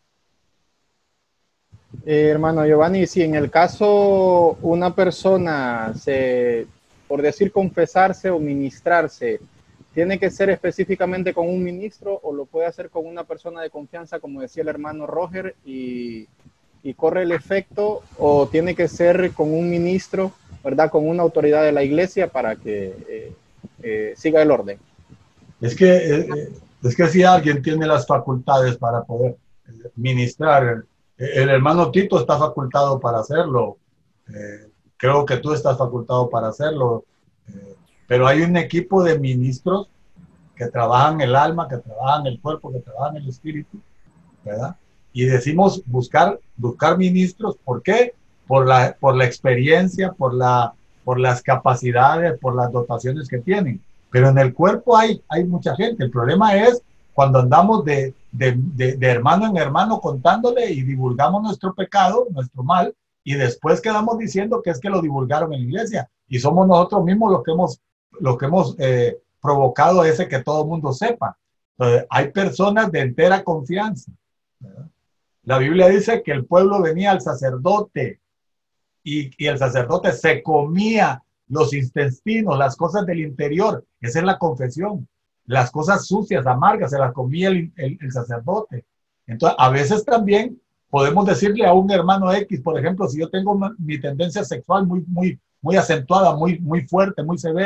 Hermano Giovanni, si en el caso una persona, por decir confesarse o ministrarse, ¿tiene que ser específicamente con un ministro o lo puede hacer con una persona de confianza, como decía el hermano Roger, y corre el efecto, o tiene que ser con un ministro, ¿verdad? Con una autoridad de la iglesia para que siga el orden? Es que si alguien tiene las facultades para poder ministrar, el hermano Tito está facultado para hacerlo, creo que tú estás facultado para hacerlo, pero hay un equipo de ministros que trabajan el alma, que trabajan el cuerpo, que trabajan el espíritu, ¿verdad? Y decimos buscar ministros. ¿Por qué? Por la experiencia, por las capacidades, por las dotaciones que tienen. Pero en el cuerpo hay mucha gente. El problema es cuando andamos de hermano en hermano contándole y divulgamos nuestro pecado, nuestro mal, y después quedamos diciendo que es que lo divulgaron en la iglesia. Y somos nosotros mismos los que hemos provocado ese que todo el mundo sepa. Entonces, hay personas de entera confianza, ¿verdad? La Biblia dice que el pueblo venía al sacerdote y el sacerdote se comía los intestinos, las cosas del interior. Esa es la confesión. Las cosas sucias, amargas, se las comía el sacerdote. Entonces, a veces también podemos decirle a un hermano X, por ejemplo, si yo tengo mi tendencia sexual muy acentuada, muy fuerte, muy severa,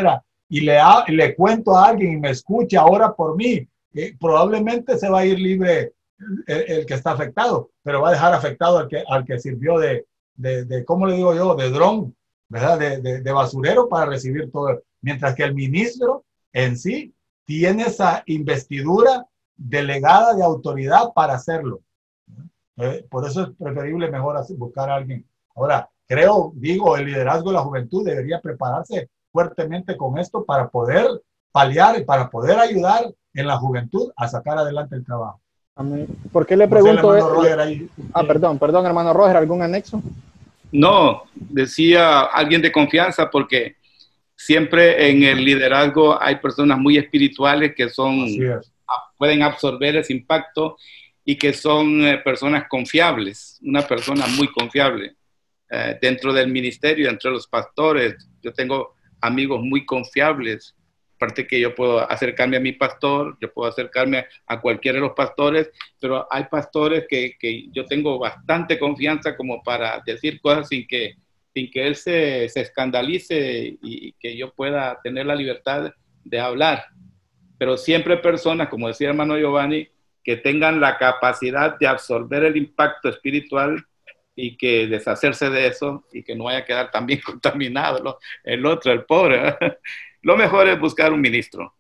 y le cuento a alguien y me escucha, ora por mí, probablemente se va a ir libre el que está afectado, pero va a dejar afectado al que sirvió ¿cómo le digo yo? De dron, ¿verdad? De basurero para recibir todo. Mientras que el ministro en sí tiene esa investidura delegada de autoridad para hacerlo. Por eso es preferible mejor buscar a alguien. Ahora, el liderazgo de la juventud debería prepararse fuertemente con esto para poder paliar y para poder ayudar en la juventud a sacar adelante el trabajo. Amén. ¿Por qué le pregunto esto? Perdón, hermano Roger, ¿algún anexo? No, decía alguien de confianza, porque siempre en el liderazgo hay personas muy espirituales que pueden absorber ese impacto y que son personas confiables, una persona muy confiable dentro del ministerio, entre los pastores. Yo tengo amigos muy confiables, aparte que yo puedo acercarme a mi pastor, yo puedo acercarme a cualquiera de los pastores, pero hay pastores que yo tengo bastante confianza como para decir cosas sin que él se escandalice y que yo pueda tener la libertad de hablar. Pero siempre personas, como decía el hermano Giovanni, que tengan la capacidad de absorber el impacto espiritual y que deshacerse de eso y que no vaya a quedar también contaminado el otro, el pobre, ¿verdad? Lo mejor es buscar un ministro.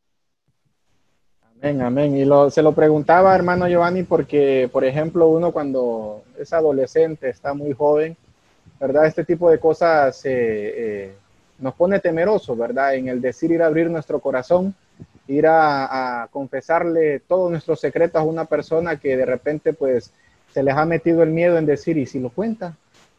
Amén, amén. Y se lo preguntaba, hermano Giovanni, porque, por ejemplo, uno cuando es adolescente, está muy joven, ¿verdad? Este tipo de cosas nos pone temerosos, ¿verdad? En el decir, ir a abrir nuestro corazón, ir a confesarle todos nuestros secretos a una persona que de repente, pues, se les ha metido el miedo en decir, ¿y si lo cuenta?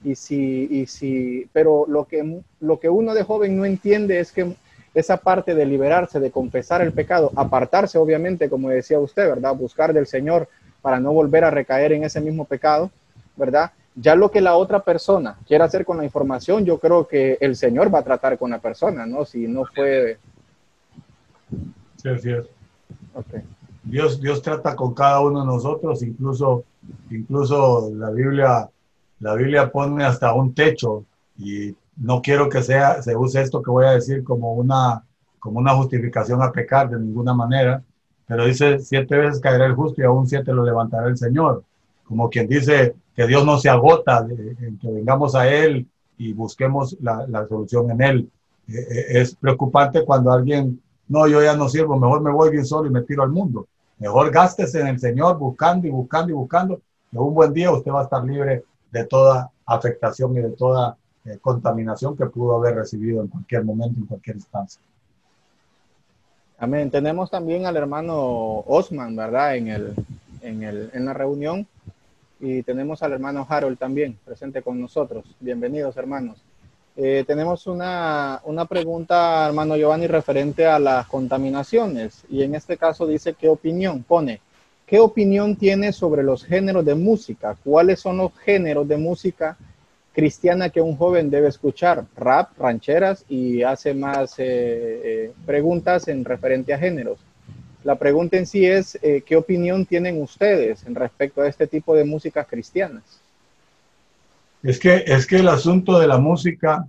Pero lo que uno de joven no entiende es que esa parte de liberarse, de confesar el pecado, apartarse, obviamente, como decía usted, ¿verdad? Buscar del Señor para no volver a recaer en ese mismo pecado, ¿verdad? Ya lo que la otra persona quiera hacer con la información, yo creo que el Señor va a tratar con la persona, ¿no? Si no fue... Sí, así es. Okay. Dios trata con cada uno de nosotros, incluso la Biblia pone hasta un techo, y no quiero que se use esto que voy a decir como una justificación a pecar de ninguna manera, pero dice 7 veces caerá el justo y aún 7 lo levantará el Señor. Como quien dice que Dios no se agota en que vengamos a Él y busquemos la solución en Él. Es preocupante cuando alguien, no, yo ya no sirvo, mejor me voy bien solo y me tiro al mundo. Mejor gástese en el Señor buscando y buscando y buscando, y un buen día usted va a estar libre de toda afectación y de toda contaminación que pudo haber recibido en cualquier momento, en cualquier instancia. Amén. Tenemos también al hermano Osman, ¿verdad? En la reunión, y tenemos al hermano Harold también presente con nosotros. Bienvenidos, hermanos. Tenemos una pregunta, hermano Giovanni, referente a las contaminaciones, y en este caso dice, ¿qué opinión tiene sobre los géneros de música? ¿Cuáles son los géneros de música cristiana que un joven debe escuchar? Rap, rancheras, y hace más preguntas en referente a géneros. La pregunta en sí es, ¿qué opinión tienen ustedes en respecto a este tipo de músicas cristianas? Es que el asunto de la música,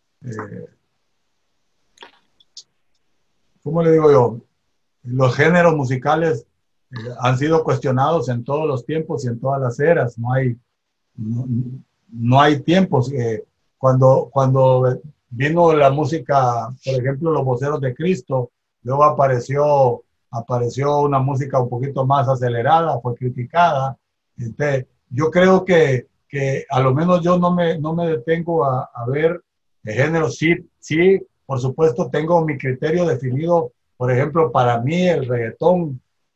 ¿cómo le digo yo? Los géneros musicales han sido cuestionados en todos los tiempos y en todas las eras. No hay tiempos. Cuando vino la música, por ejemplo, los voceros de Cristo, luego apareció una música un poquito más acelerada, fue criticada. Yo creo que a lo menos yo no me detengo a ver el género. Sí, por supuesto, tengo mi criterio definido. Por ejemplo, para mí el reggaetón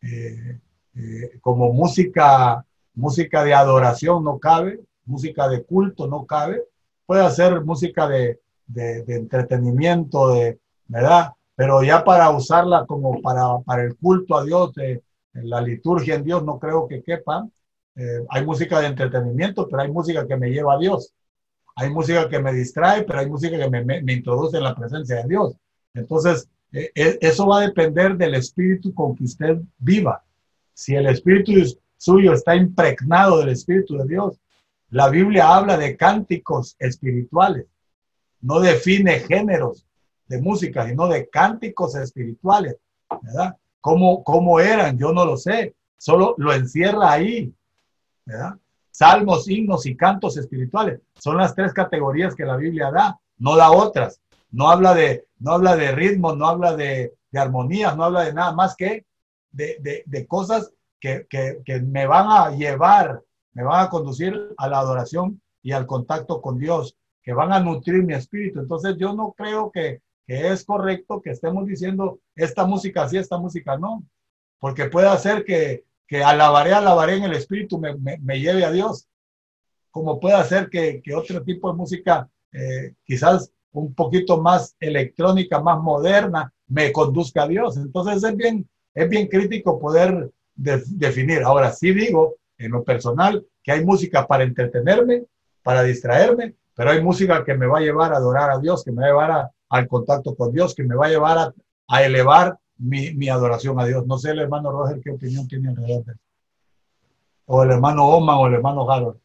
como música de adoración no cabe, música de culto no cabe. Puede ser música de entretenimiento, ¿verdad? Pero ya para usarla como para el culto a Dios, la liturgia en Dios, no creo que quepa. Hay música de entretenimiento, pero hay música que me lleva a Dios. Hay música que me distrae, pero hay música que me introduce en la presencia de Dios. Entonces, eso va a depender del espíritu con que usted viva. Si el espíritu suyo está impregnado del Espíritu de Dios, la Biblia habla de cánticos espirituales, no define géneros. de música, sino de cánticos espirituales, ¿verdad? ¿Cómo eran? Yo no lo sé, solo lo encierra ahí, ¿verdad? Salmos, himnos y cantos espirituales son las tres categorías que la Biblia da, no da otras. No habla de ritmo, no habla de armonías, no habla de nada más que de cosas que me van a llevar, me van a conducir a la adoración y al contacto con Dios, que van a nutrir mi espíritu. Entonces yo no creo que es correcto que estemos diciendo esta música sí, esta música no, porque puede hacer que alabaré en el espíritu me lleve a Dios, como puede hacer que otro tipo de música, quizás un poquito más electrónica, más moderna, me conduzca a Dios. Entonces es bien crítico poder definir. Ahora sí digo, en lo personal, que hay música para entretenerme, para distraerme, pero hay música que me va a llevar a adorar a Dios, que me va a llevar al contacto con Dios, que me va a llevar a elevar mi adoración a Dios. No sé el hermano Roger qué opinión tiene alrededor de eso. O el hermano Oman o el hermano Harold.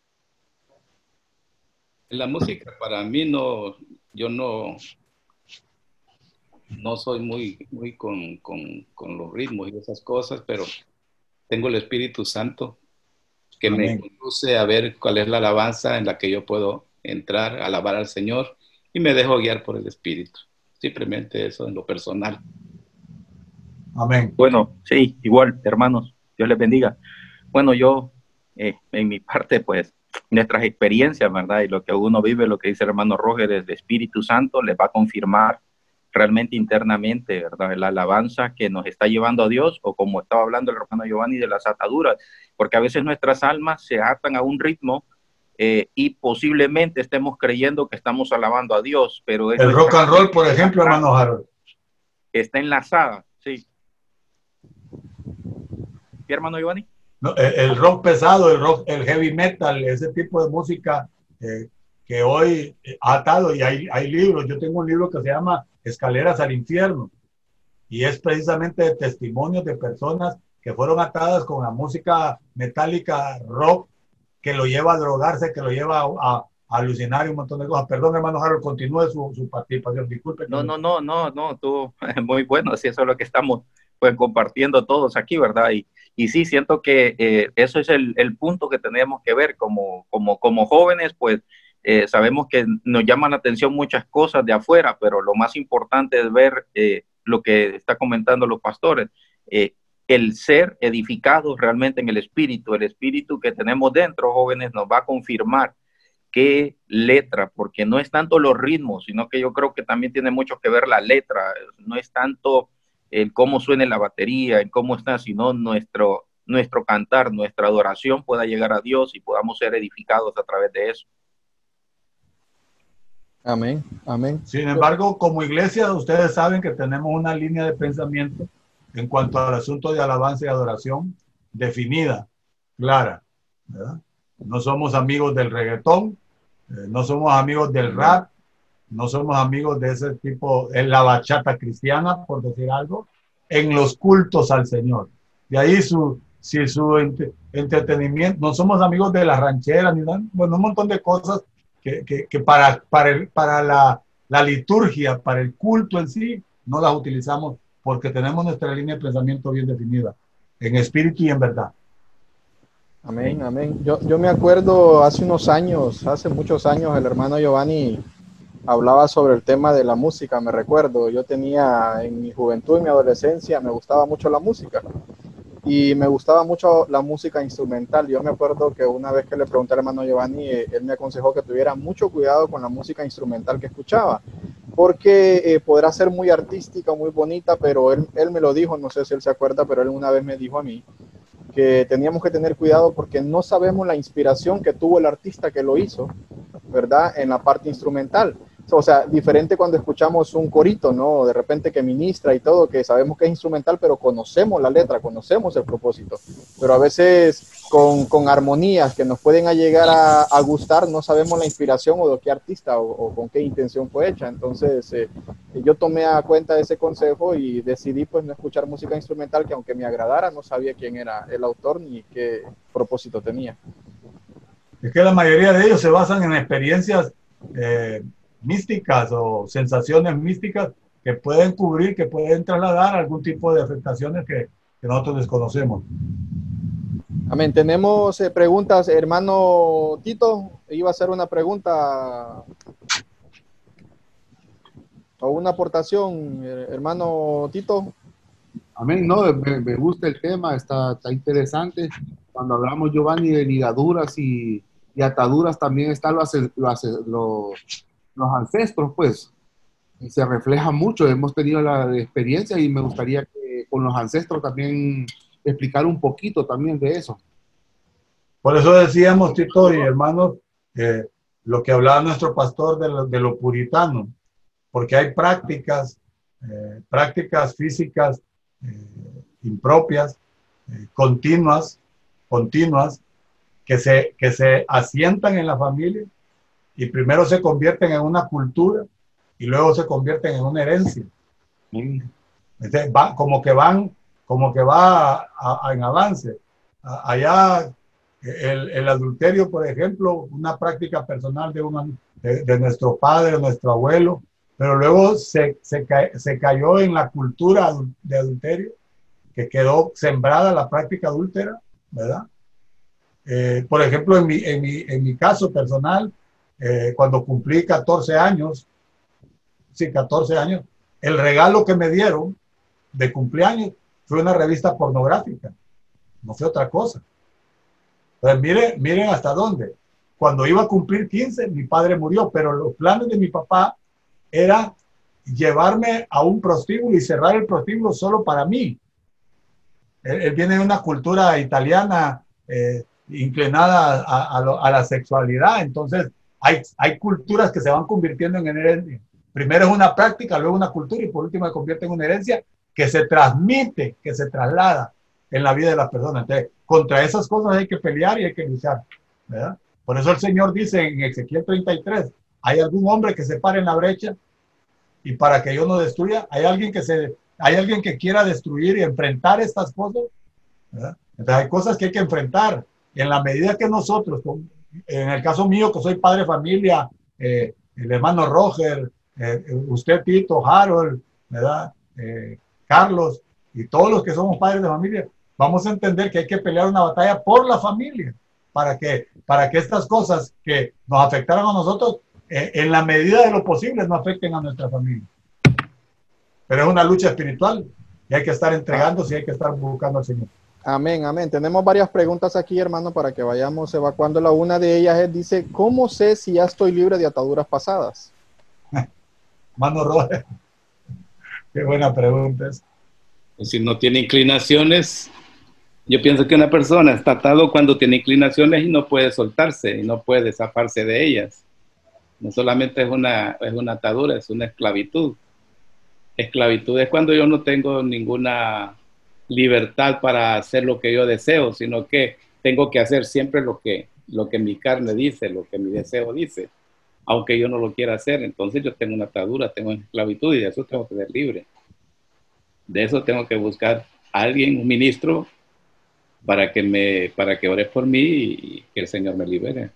La música para mí no, yo no soy muy con los ritmos y esas cosas, pero tengo el Espíritu Santo que me conduce a ver cuál es la alabanza en la que yo puedo entrar, alabar al Señor, y me dejo guiar por el Espíritu. Simplemente eso en lo personal. Amén. Bueno, sí, igual, hermanos, Dios les bendiga. Bueno, yo, en mi parte, pues, nuestras experiencias, ¿verdad? Y lo que uno vive, lo que dice el hermano Roger, es el Espíritu Santo, les va a confirmar realmente internamente, ¿verdad? La alabanza que nos está llevando a Dios, o como estaba hablando el hermano Giovanni, de las ataduras, porque a veces nuestras almas se atan a un ritmo y posiblemente estemos creyendo que estamos alabando a Dios, pero el rock and roll, por ejemplo, hermano Harold. Está enlazada, sí. ¿Qué, hermano Giovanni? No, el rock pesado, el heavy metal, ese tipo de música que hoy ha atado, y hay libros. Yo tengo un libro que se llama Escaleras al Infierno, y es precisamente de testimonios de personas que fueron atadas con la música metálica rock, que lo lleva a drogarse, que lo lleva a alucinar y un montón de cosas. Perdón, hermano Harold, continúe su participación. Disculpe. No, tú, muy bueno, así eso es lo que estamos pues compartiendo todos aquí, ¿verdad? Y sí, siento que eso es el punto que tenemos que ver como jóvenes, pues sabemos que nos llaman la atención muchas cosas de afuera, pero lo más importante es ver lo que está comentando los pastores, el ser edificados realmente en el espíritu que tenemos dentro, jóvenes, nos va a confirmar qué letra, porque no es tanto los ritmos, sino que yo creo que también tiene mucho que ver la letra, no es tanto el cómo suene la batería, en cómo está, sino nuestro cantar, nuestra adoración pueda llegar a Dios y podamos ser edificados a través de eso. Amén, amén. Sin embargo, como iglesia, ustedes saben que tenemos una línea de pensamiento en cuanto al asunto de alabanza y adoración definida, clara, ¿verdad? No somos amigos del reggaetón, no somos amigos del rap, no somos amigos de ese tipo, en la bachata cristiana, por decir algo, en los cultos al Señor. De ahí su entretenimiento, no somos amigos de las rancheras, ni nada, bueno, un montón de cosas que para la liturgia, para el culto en sí, no las utilizamos porque tenemos nuestra línea de pensamiento bien definida, en espíritu y en verdad. Amén, amén. Yo me acuerdo hace muchos años, el hermano Giovanni hablaba sobre el tema de la música, me recuerdo. Yo tenía en mi juventud, en mi adolescencia, me gustaba mucho la música. Y me gustaba mucho la música instrumental. Yo me acuerdo que una vez que le pregunté al hermano Giovanni, él me aconsejó que tuviera mucho cuidado con la música instrumental que escuchaba, porque podrá ser muy artística, muy bonita, pero él me lo dijo, no sé si él se acuerda, pero él una vez me dijo a mí que teníamos que tener cuidado porque no sabemos la inspiración que tuvo el artista que lo hizo, ¿verdad? En la parte instrumental. O sea, diferente cuando escuchamos un corito, ¿no? De repente que ministra y todo, que sabemos que es instrumental, pero conocemos la letra, conocemos el propósito. Pero a veces con armonías que nos pueden llegar a gustar, no sabemos la inspiración o de qué artista o con qué intención fue hecha. Entonces, yo tomé a cuenta ese consejo y decidí pues no escuchar música instrumental que aunque me agradara, no sabía quién era el autor ni qué propósito tenía. Es que la mayoría de ellos se basan en experiencias místicas o sensaciones místicas que pueden cubrir, que pueden trasladar algún tipo de afectaciones que nosotros desconocemos. Amén. Tenemos preguntas, hermano Tito. Iba a hacer una pregunta o una aportación, hermano Tito. Amén, no, me gusta el tema, está interesante. Cuando hablamos, Giovanni, de ligaduras y ataduras, también están los ancestros, pues, y se refleja mucho. Hemos tenido la experiencia y me gustaría que con los ancestros también explicar un poquito también de eso. Por eso decíamos, Tito y hermanos, lo que hablaba nuestro pastor de lo puritano, porque hay prácticas físicas impropias, continuas, que se asientan en la familia y primero se convierten en una cultura y luego se convierten en una herencia. Entonces, como que va en avance. Allá el adulterio, por ejemplo, una práctica personal de nuestro padre, nuestro abuelo, pero luego se cayó en la cultura de adulterio, que quedó sembrada la práctica adúltera, ¿verdad? Por ejemplo, en mi caso personal, cuando cumplí 14 años, el regalo que me dieron de cumpleaños fue una revista pornográfica, no fue otra cosa. Entonces, miren hasta dónde. Cuando iba a cumplir 15, mi padre murió, pero los planes de mi papá era llevarme a un prostíbulo y cerrar el prostíbulo solo para mí. Él viene de una cultura italiana inclinada a la sexualidad, entonces hay culturas que se van convirtiendo en herencia. Primero es una práctica, luego una cultura y por último se convierte en una herencia que se transmite, que se traslada en la vida de las personas. Entonces, contra esas cosas hay que pelear y hay que luchar, ¿verdad? Por eso el Señor dice en Ezequiel 33, ¿hay algún hombre que se pare en la brecha? Y para que yo no destruya, ¿hay alguien que quiera destruir y enfrentar estas cosas? ¿Verdad? Entonces hay cosas que hay que enfrentar. En la medida que nosotros, en el caso mío, que soy padre de familia, el hermano Roger, usted Tito, Harold, ¿verdad? Carlos y todos los que somos padres de familia, vamos a entender que hay que pelear una batalla por la familia para que estas cosas que nos afectaron a nosotros, en la medida de lo posible, no afecten a nuestra familia. Pero es una lucha espiritual y hay que estar entregándose y hay que estar buscando al Señor. Amén, amén. Tenemos varias preguntas aquí, hermano, para que vayamos evacuando. Una de ellas dice, ¿cómo sé si ya estoy libre de ataduras pasadas? Mano Roja. Qué buena pregunta es. Si no tiene inclinaciones, yo pienso que una persona está atado cuando tiene inclinaciones y no puede soltarse y no puede zafarse de ellas. No solamente es una atadura, es una esclavitud. Esclavitud es cuando yo no tengo ninguna libertad para hacer lo que yo deseo, sino que tengo que hacer siempre lo que mi carne dice, lo que mi deseo dice, aunque yo no lo quiera hacer. Entonces yo tengo una atadura, tengo una esclavitud y de eso tengo que ser libre. De eso tengo que buscar a alguien, un ministro, para que ore por mí y que el Señor me libere.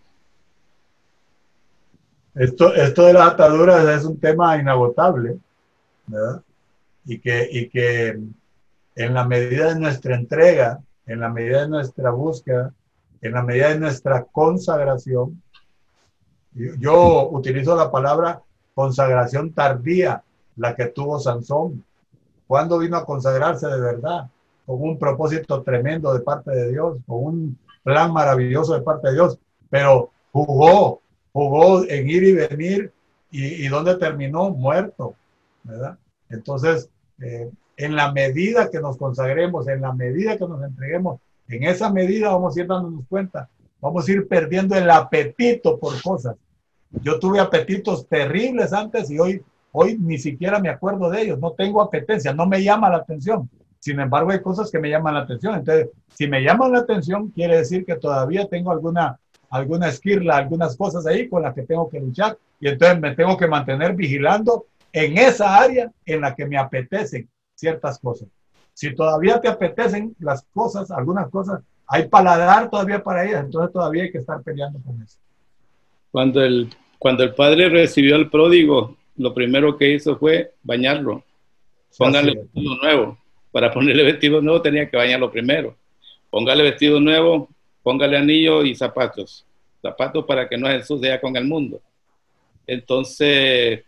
Esto de las ataduras es un tema inagotable, ¿verdad? Y que en la medida de nuestra entrega, en la medida de nuestra búsqueda, en la medida de nuestra consagración, yo utilizo la palabra consagración tardía, la que tuvo Sansón. ¿Cuándo vino a consagrarse de verdad? Con un propósito tremendo de parte de Dios, con un plan maravilloso de parte de Dios, pero jugó en ir y venir y ¿dónde terminó? Muerto, ¿verdad? Entonces, en la medida que nos consagremos, en la medida que nos entreguemos, en esa medida vamos a ir dándonos cuenta, vamos a ir perdiendo el apetito por cosas. Yo tuve apetitos terribles antes y hoy ni siquiera me acuerdo de ellos, no tengo apetencia, no me llama la atención. Sin embargo, hay cosas que me llaman la atención. Entonces, si me llaman la atención, quiere decir que todavía tengo alguna esquirla, algunas cosas ahí con las que tengo que luchar. Y entonces me tengo que mantener vigilando en esa área en la que me apetecen ciertas cosas. Si todavía te apetecen las cosas, algunas cosas, hay paladar todavía para ellas, entonces todavía hay que estar peleando con eso. Cuando el Cuando el padre recibió al pródigo, lo primero que hizo fue bañarlo. Póngale vestido nuevo. Para ponerle vestido nuevo tenía que bañarlo primero. Póngale vestido nuevo, póngale anillo y zapatos. Zapatos para que no se ensucie con el mundo. Entonces,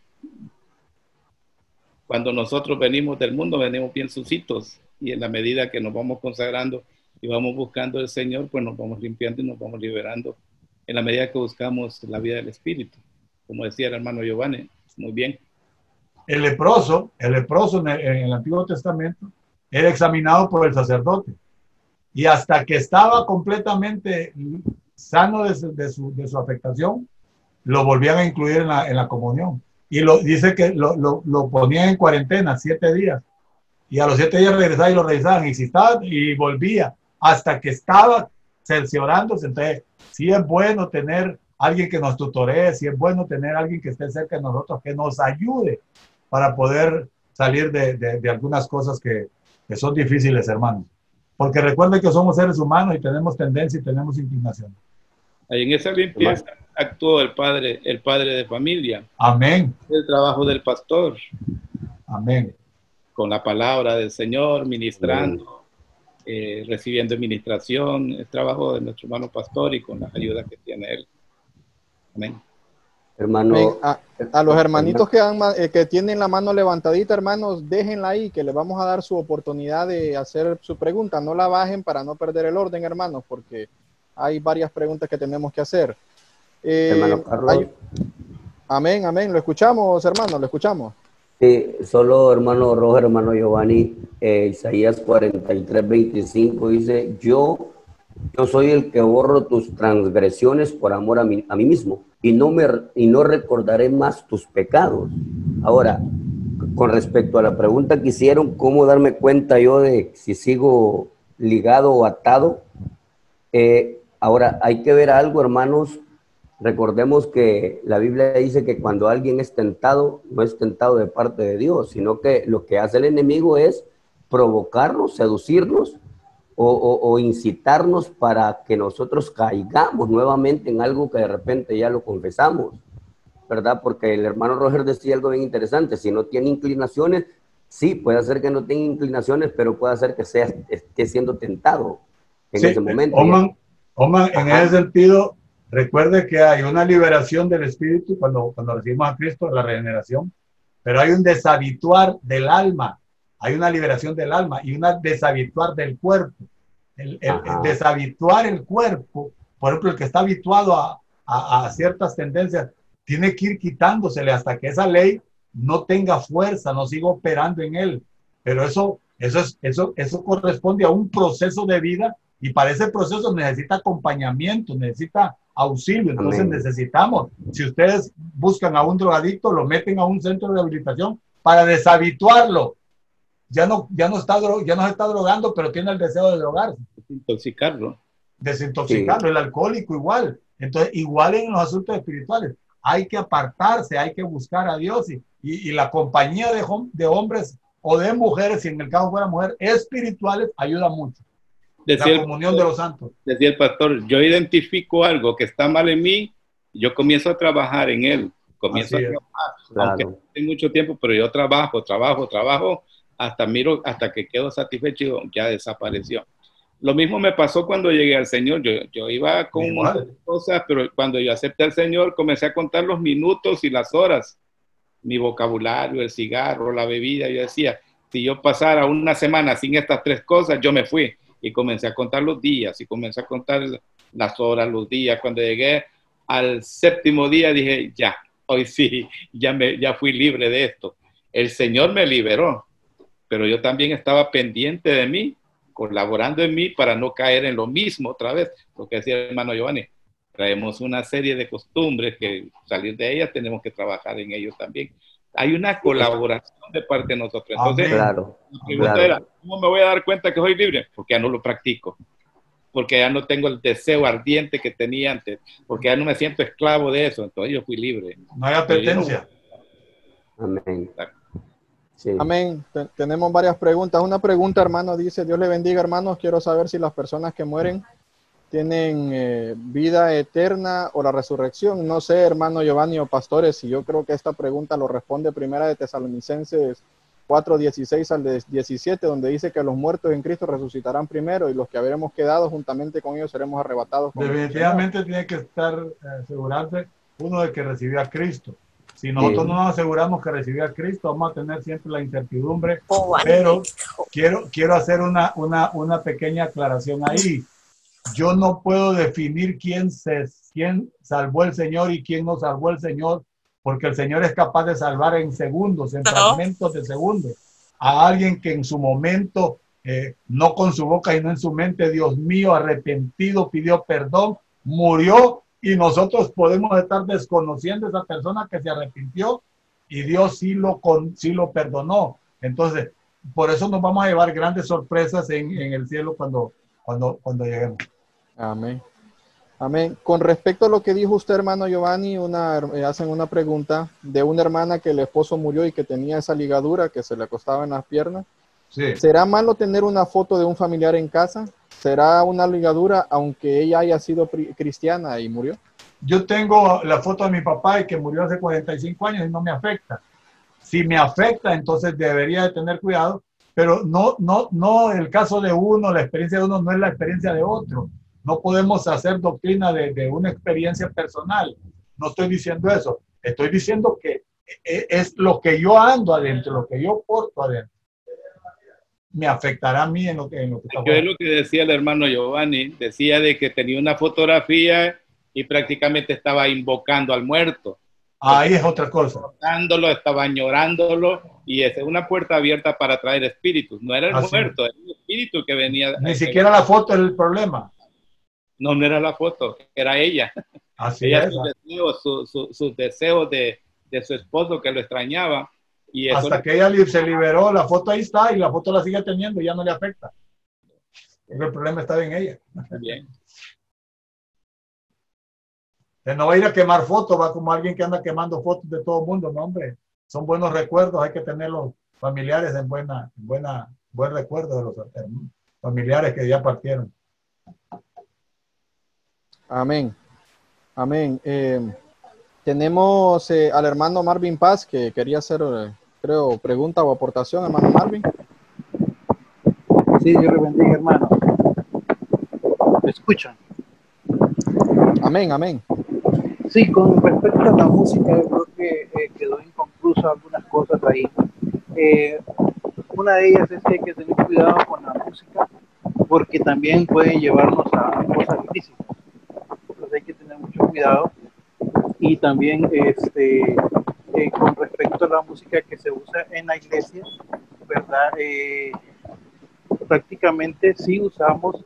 cuando nosotros venimos del mundo, venimos bien sucitos. Y en la medida que nos vamos consagrando y vamos buscando al Señor, pues nos vamos limpiando y nos vamos liberando en la medida que buscamos la vida del Espíritu. Como decía el hermano Giovanni, muy bien. El leproso en el Antiguo Testamento era examinado por el sacerdote y hasta que estaba completamente sano de su afectación, lo volvían a incluir en la comunión. Y dice que lo ponían en cuarentena 7 días y a los 7 días regresaban y lo revisaban y si estaba y volvía hasta que estaba cerciorándose. Entonces, sí es bueno tener alguien que nos tutoree, sí es bueno tener alguien que esté cerca de nosotros, que nos ayude para poder salir de algunas cosas que son difíciles, hermanos. Porque recuerden que somos seres humanos y tenemos tendencia y tenemos inclinación. Ahí en esa limpieza actuó el padre de familia. Amén. El trabajo del pastor. Amén. Con la palabra del Señor, ministrando, recibiendo administración, el trabajo de nuestro hermano pastor y con las ayudas que tiene él. Amén. Hermano, a los hermanitos que tienen la mano levantadita, hermanos, déjenla ahí, que les vamos a dar su oportunidad de hacer su pregunta. No la bajen para no perder el orden, hermanos, porque hay varias preguntas que tenemos que hacer. hermano Carlos. Amén, amén. Lo escuchamos, hermano, lo escuchamos. Sí, solo hermano Roger, hermano Giovanni, Isaías 43:25 dice, yo soy el que borro tus transgresiones por amor a mí mismo y no recordaré más tus pecados. Ahora, con respecto a la pregunta que hicieron, ¿cómo darme cuenta yo de si sigo ligado o atado? Ahora, hay que ver algo, hermanos. Recordemos que la Biblia dice que cuando alguien es tentado, no es tentado de parte de Dios, sino que lo que hace el enemigo es provocarnos, seducirnos o incitarnos para que nosotros caigamos nuevamente en algo que de repente ya lo confesamos, ¿verdad? Porque el hermano Roger decía algo bien interesante, si no tiene inclinaciones, sí, puede ser que no tenga inclinaciones, pero puede ser que esté siendo tentado en ese momento. Oman, en ese sentido, recuerde que hay una liberación del espíritu cuando recibimos a Cristo, la regeneración, pero hay un deshabituar del alma, hay una liberación del alma y una deshabituar del cuerpo. El deshabituar el cuerpo, por ejemplo, el que está habituado a ciertas tendencias, tiene que ir quitándosele hasta que esa ley no tenga fuerza, no siga operando en él. Pero eso corresponde a un proceso de vida y para ese proceso necesita acompañamiento, necesita auxilio. Entonces necesitamos, si ustedes buscan a un drogadicto, lo meten a un centro de rehabilitación para deshabituarlo. Ya no se está drogando, pero tiene el deseo de drogarse. Desintoxicarlo, el alcohólico igual. Entonces, igual en los asuntos espirituales. Hay que apartarse, hay que buscar a Dios y la compañía de hombres o de mujeres, si en el caso fuera mujer, espirituales, ayuda mucho. La comunión de los santos. Decía el pastor, yo identifico algo que está mal en mí, yo comienzo a trabajar en él. Comienzo a trabajar, aunque no tengo mucho tiempo, pero yo trabajo, hasta que quedo satisfecho y ya desapareció. Lo mismo me pasó cuando llegué al Señor. Yo iba con un montón de cosas, pero cuando yo acepté al Señor, comencé a contar los minutos y las horas. Mi vocabulario, el cigarro, la bebida. Yo decía, si yo pasara una semana sin estas 3 cosas, yo me fui. Y comencé a contar los días y comencé a contar las horas, los días. Cuando llegué al 7º día, dije, ya, hoy sí, ya fui libre de esto. El Señor me liberó, pero yo también estaba pendiente de mí, colaborando en mí para no caer en lo mismo otra vez. Lo que decía el hermano Giovanni, traemos una serie de costumbres que salir de ellas tenemos que trabajar en ellos también. Hay una colaboración de parte de nosotros. Entonces, la pregunta era, ¿cómo me voy a dar cuenta que soy libre? Porque ya no lo practico. Porque ya no tengo el deseo ardiente que tenía antes. Porque ya no me siento esclavo de eso. Entonces yo fui libre. No hay apetencia. Amén. Sí. Amén. Tenemos varias preguntas. Una pregunta, hermano, dice, Dios le bendiga, hermanos. Quiero saber si las personas que mueren tienen vida eterna o la resurrección. No sé, hermano Giovanni o pastores, y yo creo que esta pregunta lo responde Primera de Tesalonicenses 4:16 al 17, donde dice que los muertos en Cristo resucitarán primero y los que habremos quedado juntamente con ellos seremos arrebatados con Definitivamente tiene que estar asegurarse uno de que recibió a Cristo. Si nosotros no nos aseguramos que recibió a Cristo, vamos a tener siempre la incertidumbre. Pero quiero hacer una pequeña aclaración ahí. Yo no puedo definir quién salvó el Señor y quién no salvó el Señor, porque el Señor es capaz de salvar en segundos, en fragmentos de segundos, a alguien que en su momento, no con su boca y no en su mente, Dios mío, arrepentido, pidió perdón, murió, y nosotros podemos estar desconociendo a esa persona que se arrepintió y Dios sí lo perdonó. Entonces, por eso nos vamos a llevar grandes sorpresas en el cielo cuando lleguemos. Amén. Amén. Con respecto a lo que dijo usted, hermano Giovanni, hacen una pregunta de una hermana que el esposo murió y que tenía esa ligadura que se le acostaba en las piernas. Sí. ¿Será malo tener una foto de un familiar en casa? ¿Será una ligadura aunque ella haya sido cristiana y murió? Yo tengo la foto de mi papá y que murió hace 45 años y no me afecta. Si me afecta, entonces debería de tener cuidado, pero no el caso de uno, la experiencia de uno no es la experiencia de otro. No podemos hacer doctrina de una experiencia personal. No estoy diciendo eso. Estoy diciendo que es lo que yo ando adentro, lo que yo porto adentro. Me afectará a mí en lo que está fuera. Es lo que decía el hermano Giovanni. Decía de que tenía una fotografía y prácticamente estaba invocando al muerto. Ahí es otra cosa. Estaba añorándolo, y es una puerta abierta para atraer espíritus. No era el muerto, era el espíritu que venía. Ni siquiera la foto es el problema. No era la foto, era ella. Así ella, es. Sus deseos de su esposo que lo extrañaba. Y eso hasta que ella se liberó, la foto ahí está y la foto la sigue teniendo y ya no le afecta. El problema está en ella. Bien. No va a ir a quemar fotos, va como alguien que anda quemando fotos de todo el mundo, no, hombre. Son buenos recuerdos, hay que tener los familiares en buen recuerdo de los familiares que ya partieron. Amén. Amén. Tenemos al hermano Marvin Paz que quería hacer, creo, pregunta o aportación, hermano Marvin. Sí, Dios le bendiga, hermano. ¿Me escuchan? Amén, amén. Sí, con respecto a la música, yo creo que quedó inconclusa algunas cosas ahí. Una de ellas es que hay que tener cuidado con la música porque también puede llevarnos a cosas ilícitas. Entonces hay que tener mucho cuidado. Y también con respecto a la música que se usa en la iglesia, ¿verdad? Prácticamente sí usamos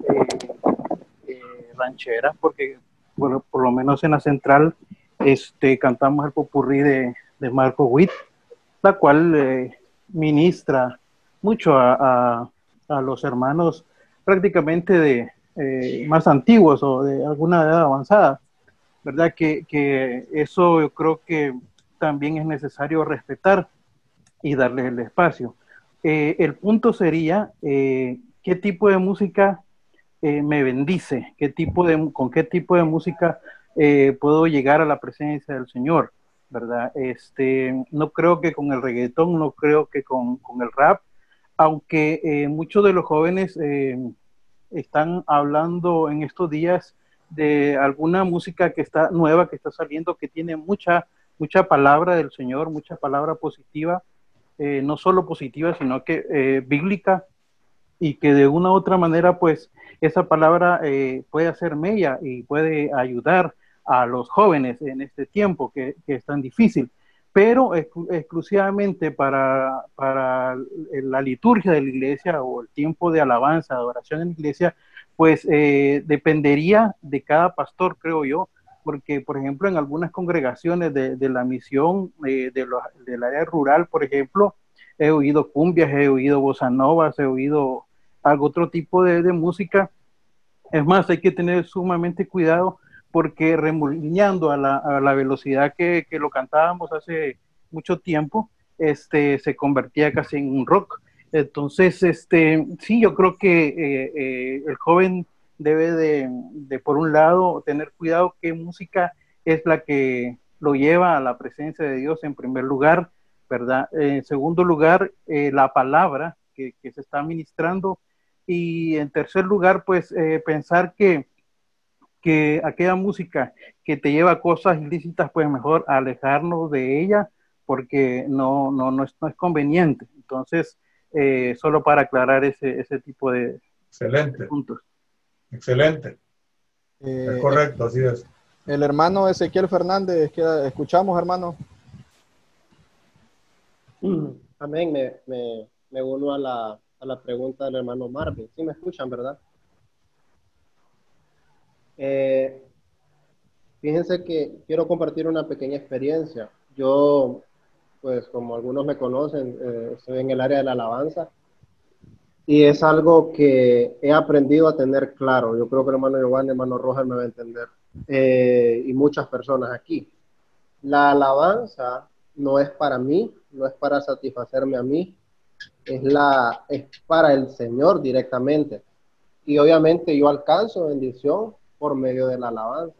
rancheras porque bueno, por lo menos en la central cantamos el popurrí de Marco Witt, la cual ministra mucho a los hermanos prácticamente de más antiguos o de alguna edad avanzada, ¿verdad? Que eso yo creo que también es necesario respetar y darles el espacio. El punto sería qué tipo de música me bendice, con qué tipo de música puedo llegar a la presencia del Señor, ¿verdad? No creo que con el reggaetón, no creo que con el rap, aunque muchos de los jóvenes están hablando en estos días de alguna música que está nueva, que está saliendo, que tiene mucha palabra del Señor, mucha palabra positiva, no solo positiva, sino que bíblica, y que de una u otra manera, pues, esa palabra puede hacer mella y puede ayudar a los jóvenes en este tiempo que es tan difícil. Pero exclusivamente para la liturgia de la iglesia o el tiempo de alabanza, de adoración en la iglesia, pues dependería de cada pastor, creo yo, porque, por ejemplo, en algunas congregaciones de la misión del área rural, por ejemplo, he oído cumbias, he oído bossa novas, he oído otro tipo de música. Es más, hay que tener sumamente cuidado porque remolineando a la velocidad que lo cantábamos hace mucho tiempo, se convertía casi en un rock. Entonces, sí, yo creo que el joven debe de, por un lado, tener cuidado qué música es la que lo lleva a la presencia de Dios en primer lugar, ¿verdad? En segundo lugar, la palabra que se está ministrando. Y en tercer lugar, pues pensar que aquella música que te lleva a cosas ilícitas, pues mejor alejarnos de ella porque no es conveniente. Entonces, solo para aclarar ese tipo de Excelente, puntos. excelente. Es correcto, así es. El hermano Ezequiel Fernández, que escuchamos, hermano. Amén, me uno a la pregunta del hermano Marvin. Sí me escuchan, ¿verdad? Fíjense que quiero compartir una pequeña experiencia. Yo, pues como algunos me conocen, estoy en el área de la alabanza y es algo que he aprendido a tener claro. Yo creo que el hermano Giovanni, el hermano Roger me va a entender, y muchas personas aquí. La alabanza no es para mí, no es para satisfacerme a mí, es para el Señor directamente. Y obviamente yo alcanzo bendición por medio de la alabanza.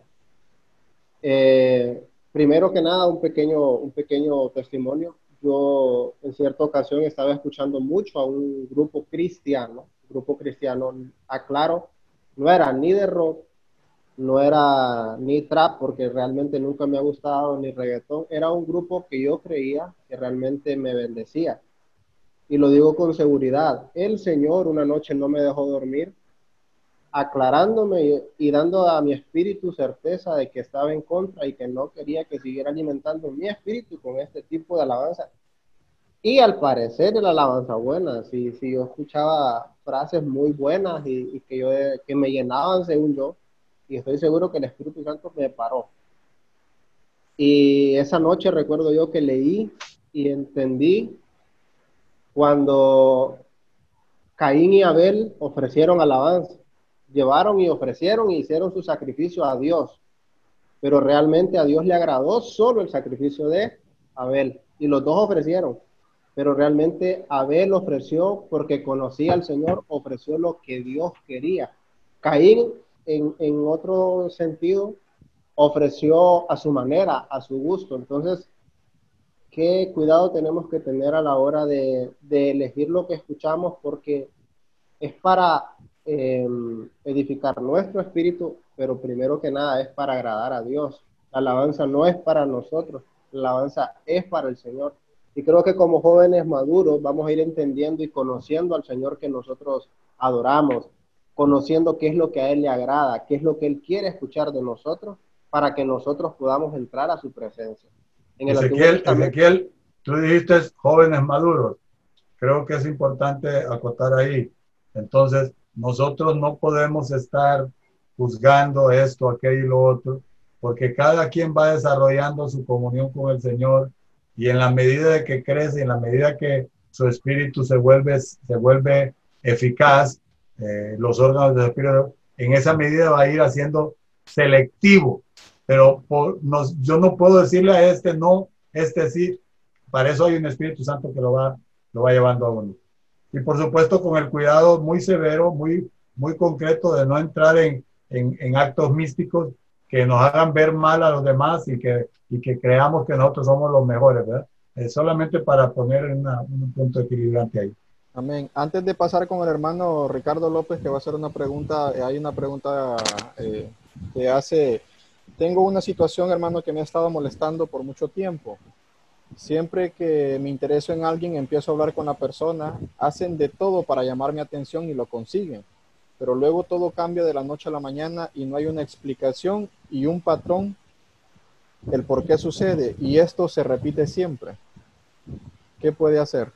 Primero que nada, un pequeño testimonio. Yo en cierta ocasión estaba escuchando mucho a un grupo cristiano, aclaro, no era ni de rock, no era ni trap, porque realmente nunca me ha gustado, ni reggaetón. Era un grupo que yo creía que realmente me bendecía. Y lo digo con seguridad. El Señor una noche no me dejó dormir, aclarándome y dando a mi espíritu certeza de que estaba en contra y que no quería que siguiera alimentando mi espíritu con este tipo de alabanza. Y al parecer la alabanza buena, si yo escuchaba frases muy buenas y que me llenaban según yo, y estoy seguro que el Espíritu Santo me paró. Y esa noche recuerdo yo que leí y entendí cuando Caín y Abel ofrecieron alabanza. Llevaron y ofrecieron y hicieron su sacrificio a Dios. Pero realmente a Dios le agradó solo el sacrificio de Abel. Y los dos ofrecieron. Pero realmente Abel ofreció porque conocía al Señor, ofreció lo que Dios quería. Caín, en otro sentido, ofreció a su manera, a su gusto. Entonces, qué cuidado tenemos que tener a la hora de elegir lo que escuchamos, porque es para edificar nuestro espíritu, pero primero que nada es para agradar a Dios. La alabanza no es para nosotros, la alabanza es para el Señor. Y creo que como jóvenes maduros vamos a ir entendiendo y conociendo al Señor que nosotros adoramos, conociendo qué es lo que a Él le agrada, qué es lo que Él quiere escuchar de nosotros, para que nosotros podamos entrar a su presencia. En el Ezequiel, tú dijiste jóvenes maduros. Creo que es importante acotar ahí. Entonces, nosotros no podemos estar juzgando esto, aquello y lo otro, porque cada quien va desarrollando su comunión con el Señor, y en la medida de que crece, en la medida que su espíritu se vuelve eficaz, los órganos del espíritu, en esa medida va a ir haciendo selectivo. Pero yo no puedo decirle a este no, este sí. Para eso hay un Espíritu Santo que lo va llevando a uno. Y por supuesto con el cuidado muy severo, muy concreto de no entrar en actos místicos que nos hagan ver mal a los demás y que creamos que nosotros somos los mejores, ¿verdad? Solamente para poner un punto equilibrante ahí. Amén. Antes de pasar con el hermano Ricardo López, que va a hacer una pregunta, hay una pregunta que hace... Tengo una situación, hermano, que me ha estado molestando por mucho tiempo. Siempre que me intereso en alguien, empiezo a hablar con la persona, hacen de todo para llamar mi atención y lo consiguen. Pero luego todo cambia de la noche a la mañana y no hay una explicación y un patrón, el por qué sucede. Y esto se repite siempre. ¿Qué puede hacer?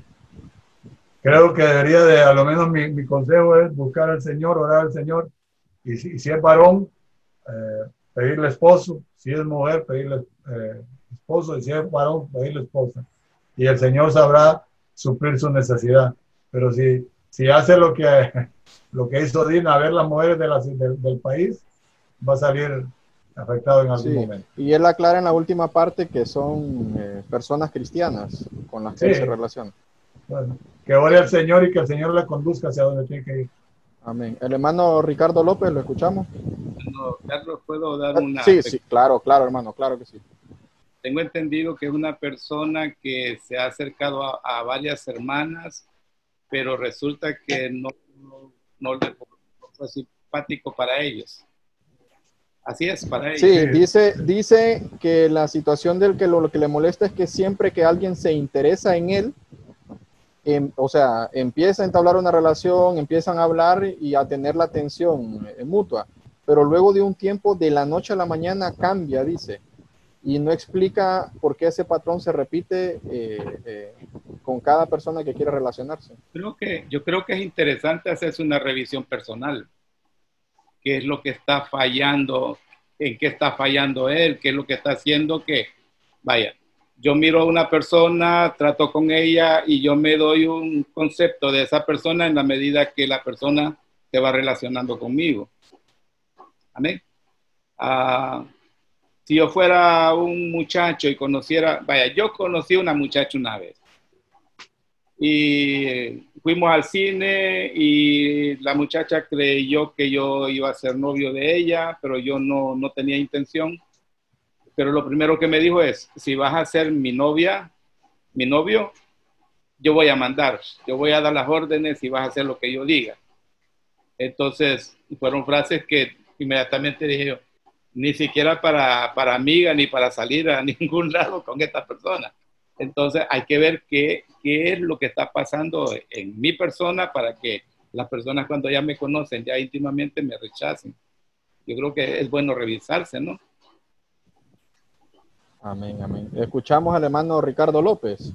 Creo que debería a lo menos mi consejo es buscar al Señor, orar al Señor. Y si es varón, pedirle esposo. Si es mujer, pedirle esposo. Y si es varón, pedirle esposa. Y el Señor sabrá suplir su necesidad. Pero si hace lo que hizo Dina, a ver las mujeres del país, va a salir afectado en algún momento. Y él aclara en la última parte que son personas cristianas con las que él se relaciona. Bueno, que ore al Señor y que el Señor le conduzca hacia donde tiene que ir. Amén. El hermano Ricardo López, ¿lo escuchamos? No, Carlos, ¿puedo dar una? Sí, sí, claro, claro, hermano, claro que sí. Tengo entendido que es una persona que se ha acercado a varias hermanas, pero resulta que no le fue simpático para ellos. Así es, para ellos. Sí, dice que la situación del que lo que le molesta es que siempre que alguien se interesa en él, o sea, empieza a entablar una relación, empiezan a hablar y a tener la atención mutua, pero luego de un tiempo, de la noche a la mañana, cambia, dice, y no explica por qué ese patrón se repite con cada persona que quiere relacionarse. Yo creo que es interesante hacerse una revisión personal. ¿Qué es lo que está fallando? ¿En qué está fallando él? ¿Qué es lo que está haciendo que, vaya, yo miro a una persona, trato con ella y yo me doy un concepto de esa persona en la medida que la persona se va relacionando conmigo? Amén. Si yo fuera un muchacho y conociera, vaya, yo conocí a una muchacha una vez y fuimos al cine y la muchacha creyó que yo iba a ser novio de ella, pero yo no tenía intención. Pero lo primero que me dijo es, si vas a ser mi novia, mi novio, yo voy a mandar, yo voy a dar las órdenes y vas a hacer lo que yo diga. Entonces, fueron frases que inmediatamente dije yo, ni siquiera para amiga ni para salir a ningún lado con esta persona. Entonces hay que ver qué es lo que está pasando en mi persona para que las personas cuando ya me conocen ya íntimamente me rechacen. Yo creo que es bueno revisarse, ¿no? Amén, amén. Escuchamos al hermano Ricardo López.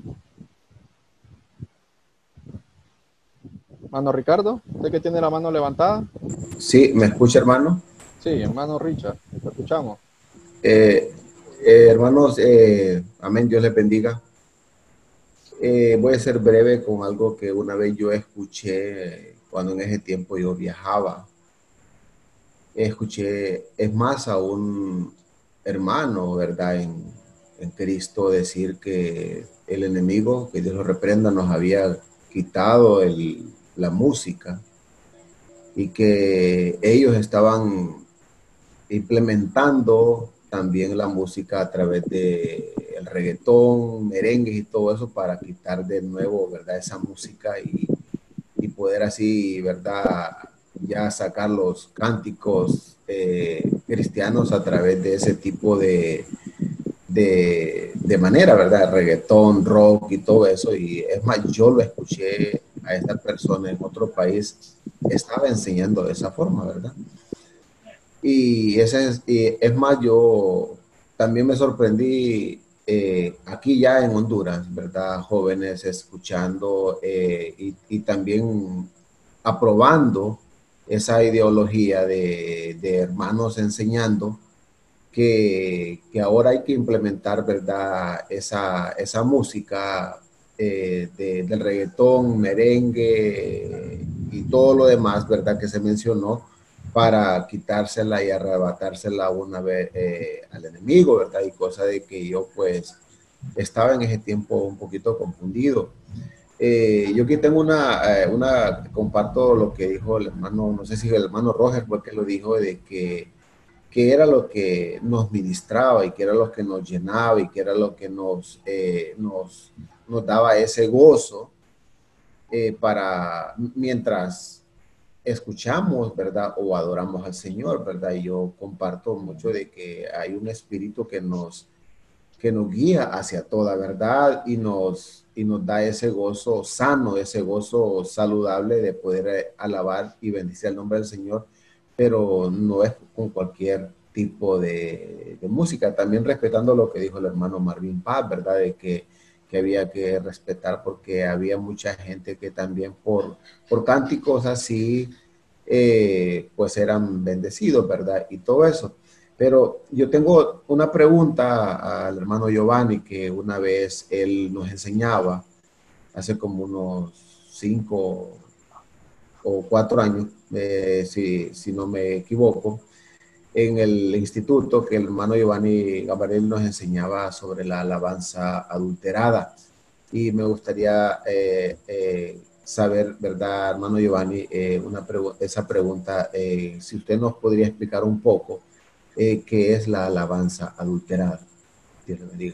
Hermano Ricardo, ¿usted que tiene la mano levantada? Sí, ¿me escucha, hermano? Sí, hermano Richard, lo escuchamos. Hermanos, amén, Dios les bendiga. Voy a ser breve con algo que una vez yo escuché cuando en ese tiempo yo viajaba. Escuché, es más, a un hermano, ¿verdad? En Cristo decir que el enemigo, que Dios lo reprenda, nos había quitado la música y que ellos estaban implementando también la música a través de el reggaetón, merengues y todo eso para quitar de nuevo, ¿verdad? Esa música y poder así, ¿verdad? Ya sacar los cánticos cristianos a través de ese tipo de manera, ¿verdad? Reggaetón, rock y todo eso. Y es más, yo lo escuché a esta persona en otro país, estaba enseñando de esa forma, ¿verdad? Y es más, yo también me sorprendí aquí ya en Honduras, ¿verdad? Jóvenes escuchando y también aprobando esa ideología de hermanos enseñando que ahora hay que implementar, ¿verdad? Esa música del reggaetón, merengue y todo lo demás, ¿verdad? Que se mencionó para quitársela y arrebatársela una vez al enemigo, ¿verdad? Y cosa de que yo pues estaba en ese tiempo un poquito confundido. Yo aquí tengo comparto lo que dijo el hermano, no sé si el hermano Roger fue que lo dijo, de que era lo que nos ministraba y que era lo que nos llenaba y que era lo que nos daba ese gozo para mientras escuchamos, ¿verdad? O adoramos al Señor, ¿verdad? Y yo comparto mucho de que hay un espíritu que nos guía hacia toda verdad y nos da ese gozo sano, ese gozo saludable de poder alabar y bendecir el nombre del Señor, pero no es con cualquier tipo de música. También respetando lo que dijo el hermano Marvin Paz, ¿verdad? De que había que respetar porque había mucha gente que también por cánticos así, pues eran bendecidos, ¿verdad? Y todo eso. Pero yo tengo una pregunta al hermano Giovanni, que una vez él nos enseñaba, hace como unos 5 o 4 años, si no me equivoco, en el instituto, que el hermano Giovanni Gabriel nos enseñaba sobre la alabanza adulterada. Y me gustaría saber, ¿verdad, hermano Giovanni? Esa pregunta, si usted nos podría explicar un poco qué es la alabanza adulterada. Dios le bendiga.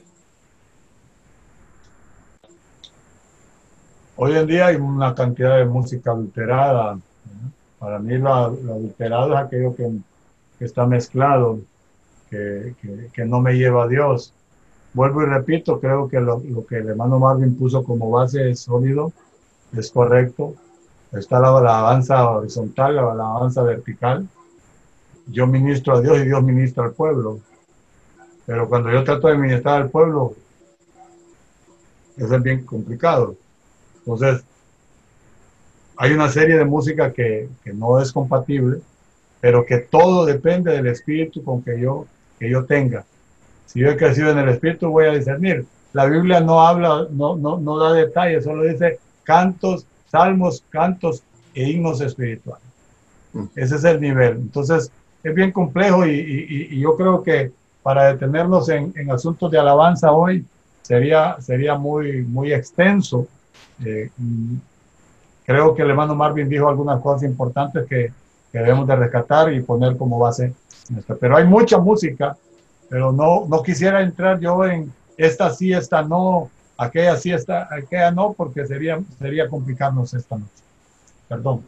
Hoy en día hay una cantidad de música adulterada, ¿no? Para mí lo adulterado es aquello que está mezclado, que no me lleva a Dios. Vuelvo y repito, creo que lo que el hermano Marvin puso como base es sólido, es correcto. Está la alabanza horizontal, la alabanza vertical. Yo ministro a Dios y Dios ministra al pueblo. Pero cuando yo trato de ministrar al pueblo, eso es bien complicado. Entonces, hay una serie de música que no es compatible, pero que todo depende del espíritu con que yo tenga. Si yo he crecido en el espíritu, voy a discernir. La Biblia no habla, no da detalles, solo dice cantos, salmos, cantos e himnos espirituales. Ese es el nivel. Entonces, es bien complejo y yo creo que para detenernos en asuntos de alabanza hoy sería muy extenso. Creo que el hermano Marvin dijo algunas cosas importantes que debemos de rescatar y poner como base nuestra. Pero hay mucha música, pero no quisiera entrar yo en esta sí, esta no, aquella sí, aquella no, porque sería complicarnos esta noche. Perdón.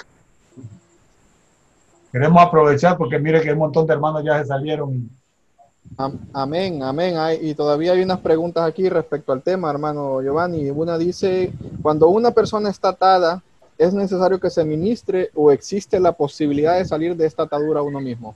Queremos aprovechar porque mire que un montón de hermanos ya se salieron. Amén, amén. Y todavía hay unas preguntas aquí respecto al tema, hermano Giovanni. Una dice, cuando una persona está atada, ¿es necesario que se ministre o existe la posibilidad de salir de esta atadura uno mismo?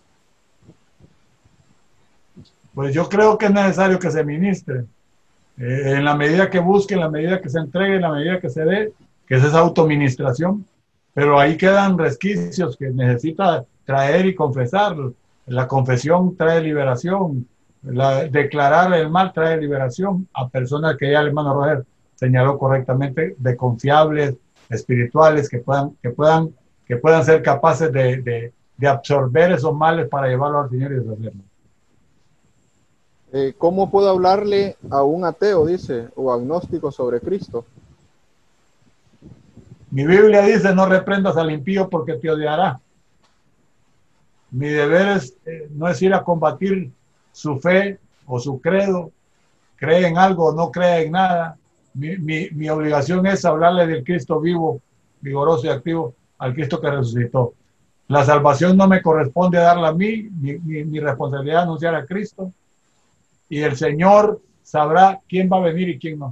Pues yo creo que es necesario que se ministre. En la medida que busque, en la medida que se entregue, en la medida que se dé, que es esa autoministración. Pero ahí quedan resquicios que necesita traer y confesar. La confesión trae liberación. Declarar el mal trae liberación a personas que ya el hermano Roger señaló correctamente, de confiables, espirituales, que puedan ser capaces de absorber esos males para llevarlos al Señor y deshacerlos. ¿Cómo puedo hablarle a un ateo, dice, o agnóstico sobre Cristo? Mi Biblia dice, no reprendas al impío porque te odiará. Mi deber no es ir a combatir su fe o su credo, cree en algo o no cree en nada. Mi obligación es hablarle del Cristo vivo, vigoroso y activo, al Cristo que resucitó. La salvación no me corresponde darla a mí, mi responsabilidad es anunciar a Cristo, y el Señor sabrá quién va a venir y quién no.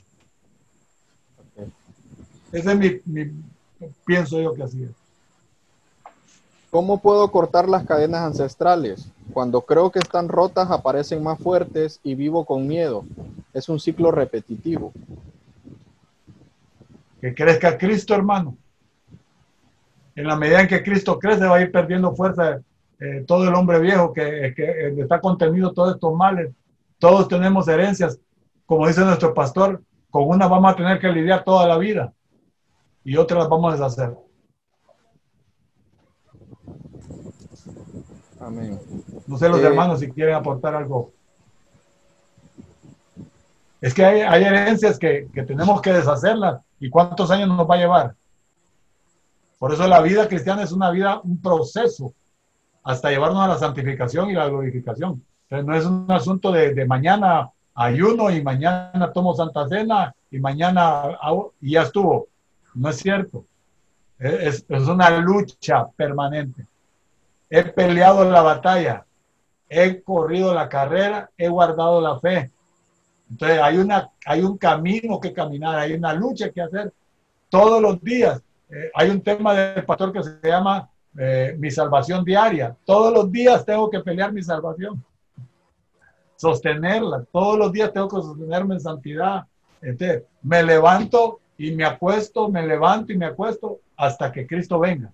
Ese es pienso yo que así es. ¿Cómo puedo cortar las cadenas ancestrales? Cuando creo que están rotas, aparecen más fuertes y vivo con miedo. Es un ciclo repetitivo. Que crezca Cristo, hermano. En la medida en que Cristo crece, va a ir perdiendo fuerza todo el hombre viejo que está contenido todos estos males. Todos tenemos herencias. Como dice nuestro pastor, con una vamos a tener que lidiar toda la vida y otras las vamos a deshacer. Amén. No sé los hermanos si quieren aportar algo. Es que hay herencias que tenemos que deshacerlas. ¿Y cuántos años nos va a llevar? Por eso la vida cristiana es una vida, un proceso, hasta llevarnos a la santificación y la glorificación. Entonces no es un asunto de mañana ayuno y mañana tomo Santa Cena y mañana y ya estuvo. No es cierto. Es una lucha permanente. He peleado la batalla, he corrido la carrera, he guardado la fe. Entonces hay un camino que caminar, hay una lucha que hacer todos los días. Hay un tema del pastor que se llama mi salvación diaria. Todos los días tengo que pelear mi salvación, sostenerla. Todos los días tengo que sostenerme en santidad. Entonces, me levanto y me acuesto, me levanto y me acuesto hasta que Cristo venga.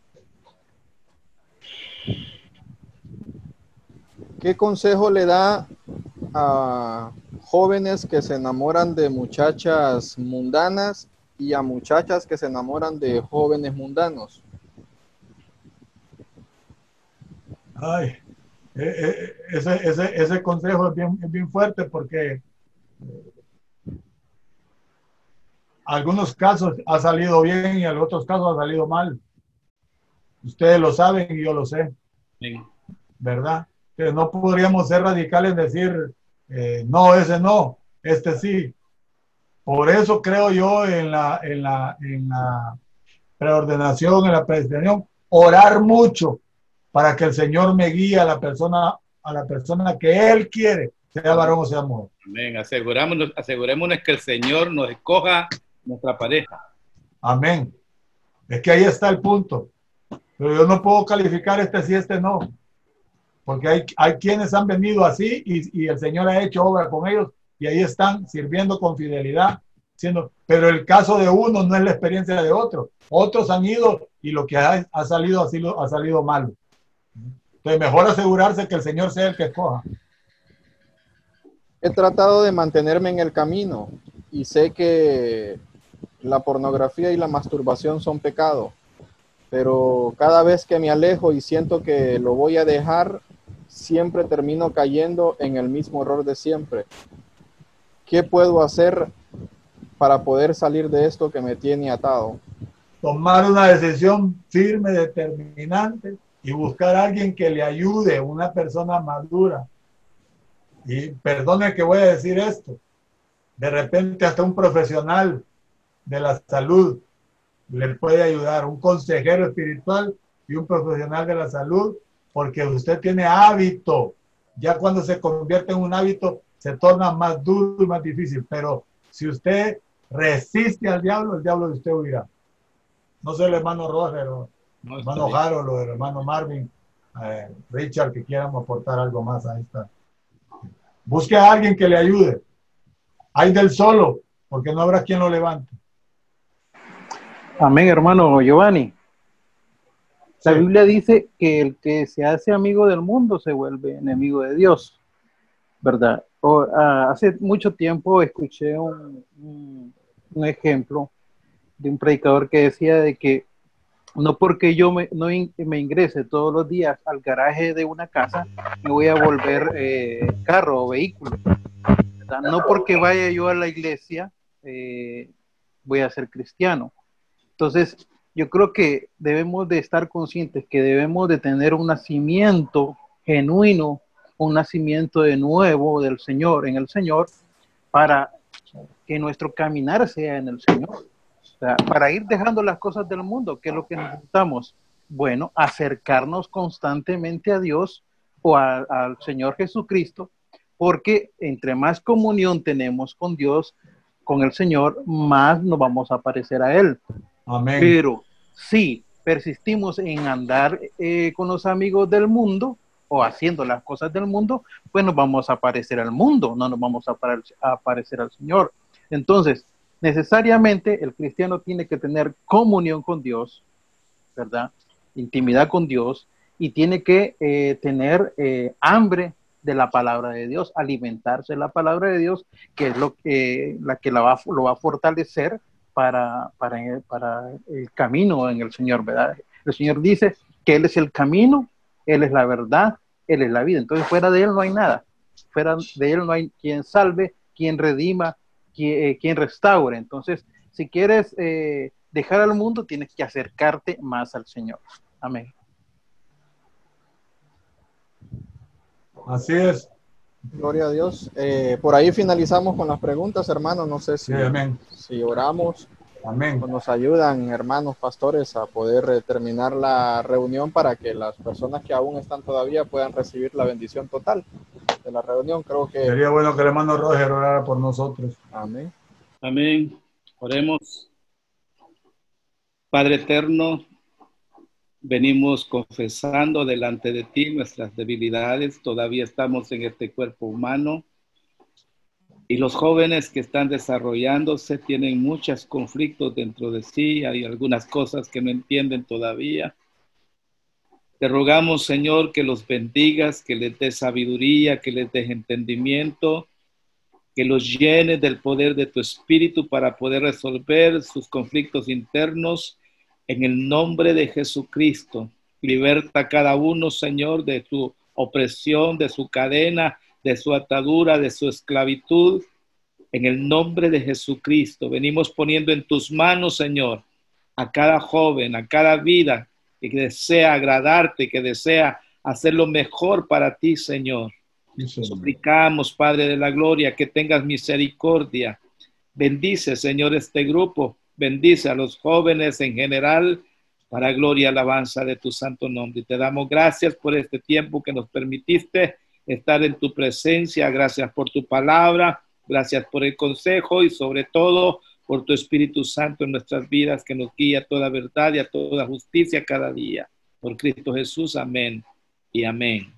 ¿Qué consejo le da a jóvenes que se enamoran de muchachas mundanas y a muchachas que se enamoran de jóvenes mundanos? Ay, ese consejo es bien fuerte porque algunos casos ha salido bien y en otros casos ha salido mal. Ustedes lo saben y yo lo sé, Sí. ¿verdad? Pero no podríamos ser radicales en decir, no, ese no, este sí. Por eso creo yo en la preordenación, en la predestinación, orar mucho para que el Señor me guíe a la persona que Él quiere, sea varón o sea mujer. Amén. Asegurémonos que el Señor nos escoja nuestra pareja. Amén. Es que ahí está el punto. Pero yo no puedo calificar este sí, este no. Porque hay quienes han venido así y el Señor ha hecho obra con ellos y ahí están sirviendo con fidelidad. Pero el caso de uno no es la experiencia de otro. Otros han ido y lo que ha salido ha salido malo. Entonces mejor asegurarse que el Señor sea el que escoja. He tratado de mantenerme en el camino y sé que la pornografía y la masturbación son pecado, pero cada vez que me alejo y siento que lo voy a dejar, siempre termino cayendo en el mismo error de siempre. ¿Qué puedo hacer para poder salir de esto que me tiene atado? Tomar una decisión firme, determinante y buscar a alguien que le ayude, una persona madura. Y perdone que voy a decir esto, de repente hasta un profesional de la salud le puede ayudar, un consejero espiritual y un profesional de la salud, porque usted tiene hábito. Ya cuando se convierte en un hábito, se torna más duro y más difícil. Pero si usted resiste al diablo, el diablo de usted huirá. No sé el hermano Roger, o el hermano Harold, o el hermano Marvin, Richard, que quieran aportar algo más a esta. Busque a alguien que le ayude. Hay del solo, porque no habrá quien lo levante. Amén, hermano Giovanni. La Sí. Biblia dice que el que se hace amigo del mundo se vuelve enemigo de Dios, ¿verdad? Hace mucho tiempo escuché un ejemplo de un predicador que decía de que no porque yo me ingrese todos los días al garaje de una casa, me voy a volver carro o vehículo, ¿verdad? No porque vaya yo a la iglesia, voy a ser cristiano. Entonces, yo creo que debemos de estar conscientes que debemos de tener un nacimiento genuino, un nacimiento de nuevo del Señor, en el Señor, para que nuestro caminar sea en el Señor. O sea, para ir dejando las cosas del mundo, ¿qué es lo que necesitamos? Bueno, acercarnos constantemente a Dios o al Señor Jesucristo, porque entre más comunión tenemos con Dios, con el Señor, más nos vamos a parecer a Él. Amén. Pero si persistimos en andar con los amigos del mundo o haciendo las cosas del mundo, pues nos vamos a parecer al mundo, no nos vamos a parecer al Señor. Entonces, necesariamente el cristiano tiene que tener comunión con Dios, ¿verdad? Intimidad con Dios, y tiene que tener hambre de la palabra de Dios, alimentarse de la palabra de Dios, que es lo que lo va a fortalecer para el camino en el Señor, ¿verdad? El Señor dice que Él es el camino, Él es la verdad, Él es la vida. Entonces, fuera de Él no hay nada. Fuera de Él no hay quien salve, quien redima, quien restaure. Entonces, si quieres dejar al mundo, tienes que acercarte más al Señor. Amén. Así es. Gloria a Dios. Por ahí finalizamos con las preguntas, hermanos. No sé si, Sí, amén. si oramos Amén. o nos ayudan, hermanos pastores, a poder terminar la reunión para que las personas que aún están todavía puedan recibir la bendición total de la reunión. Creo que Sería bueno que el hermano Roger orara por nosotros. amén. Amén. Oremos. Padre eterno, venimos confesando delante de ti nuestras debilidades. Todavía estamos en este cuerpo humano. Y los jóvenes que están desarrollándose tienen muchos conflictos dentro de sí. Hay algunas cosas que no entienden todavía. Te rogamos, Señor, que los bendigas, que les des sabiduría, que les des entendimiento, que los llenes del poder de tu Espíritu para poder resolver sus conflictos internos. En el nombre de Jesucristo, liberta a cada uno, Señor, de su opresión, de su cadena, de su atadura, de su esclavitud. En el nombre de Jesucristo, venimos poniendo en tus manos, Señor, a cada joven, a cada vida que desea agradarte, que desea hacer lo mejor para ti, Señor. Suplicamos, Padre de la gloria, que tengas misericordia. Bendice, Señor, este grupo. Bendice a los jóvenes en general, para gloria y alabanza de tu santo nombre. Y te damos gracias por este tiempo que nos permitiste estar en tu presencia. Gracias por tu palabra. Gracias por el consejo y sobre todo por tu Espíritu Santo en nuestras vidas, que nos guía a toda verdad y a toda justicia cada día. Por Cristo Jesús, amén y amén.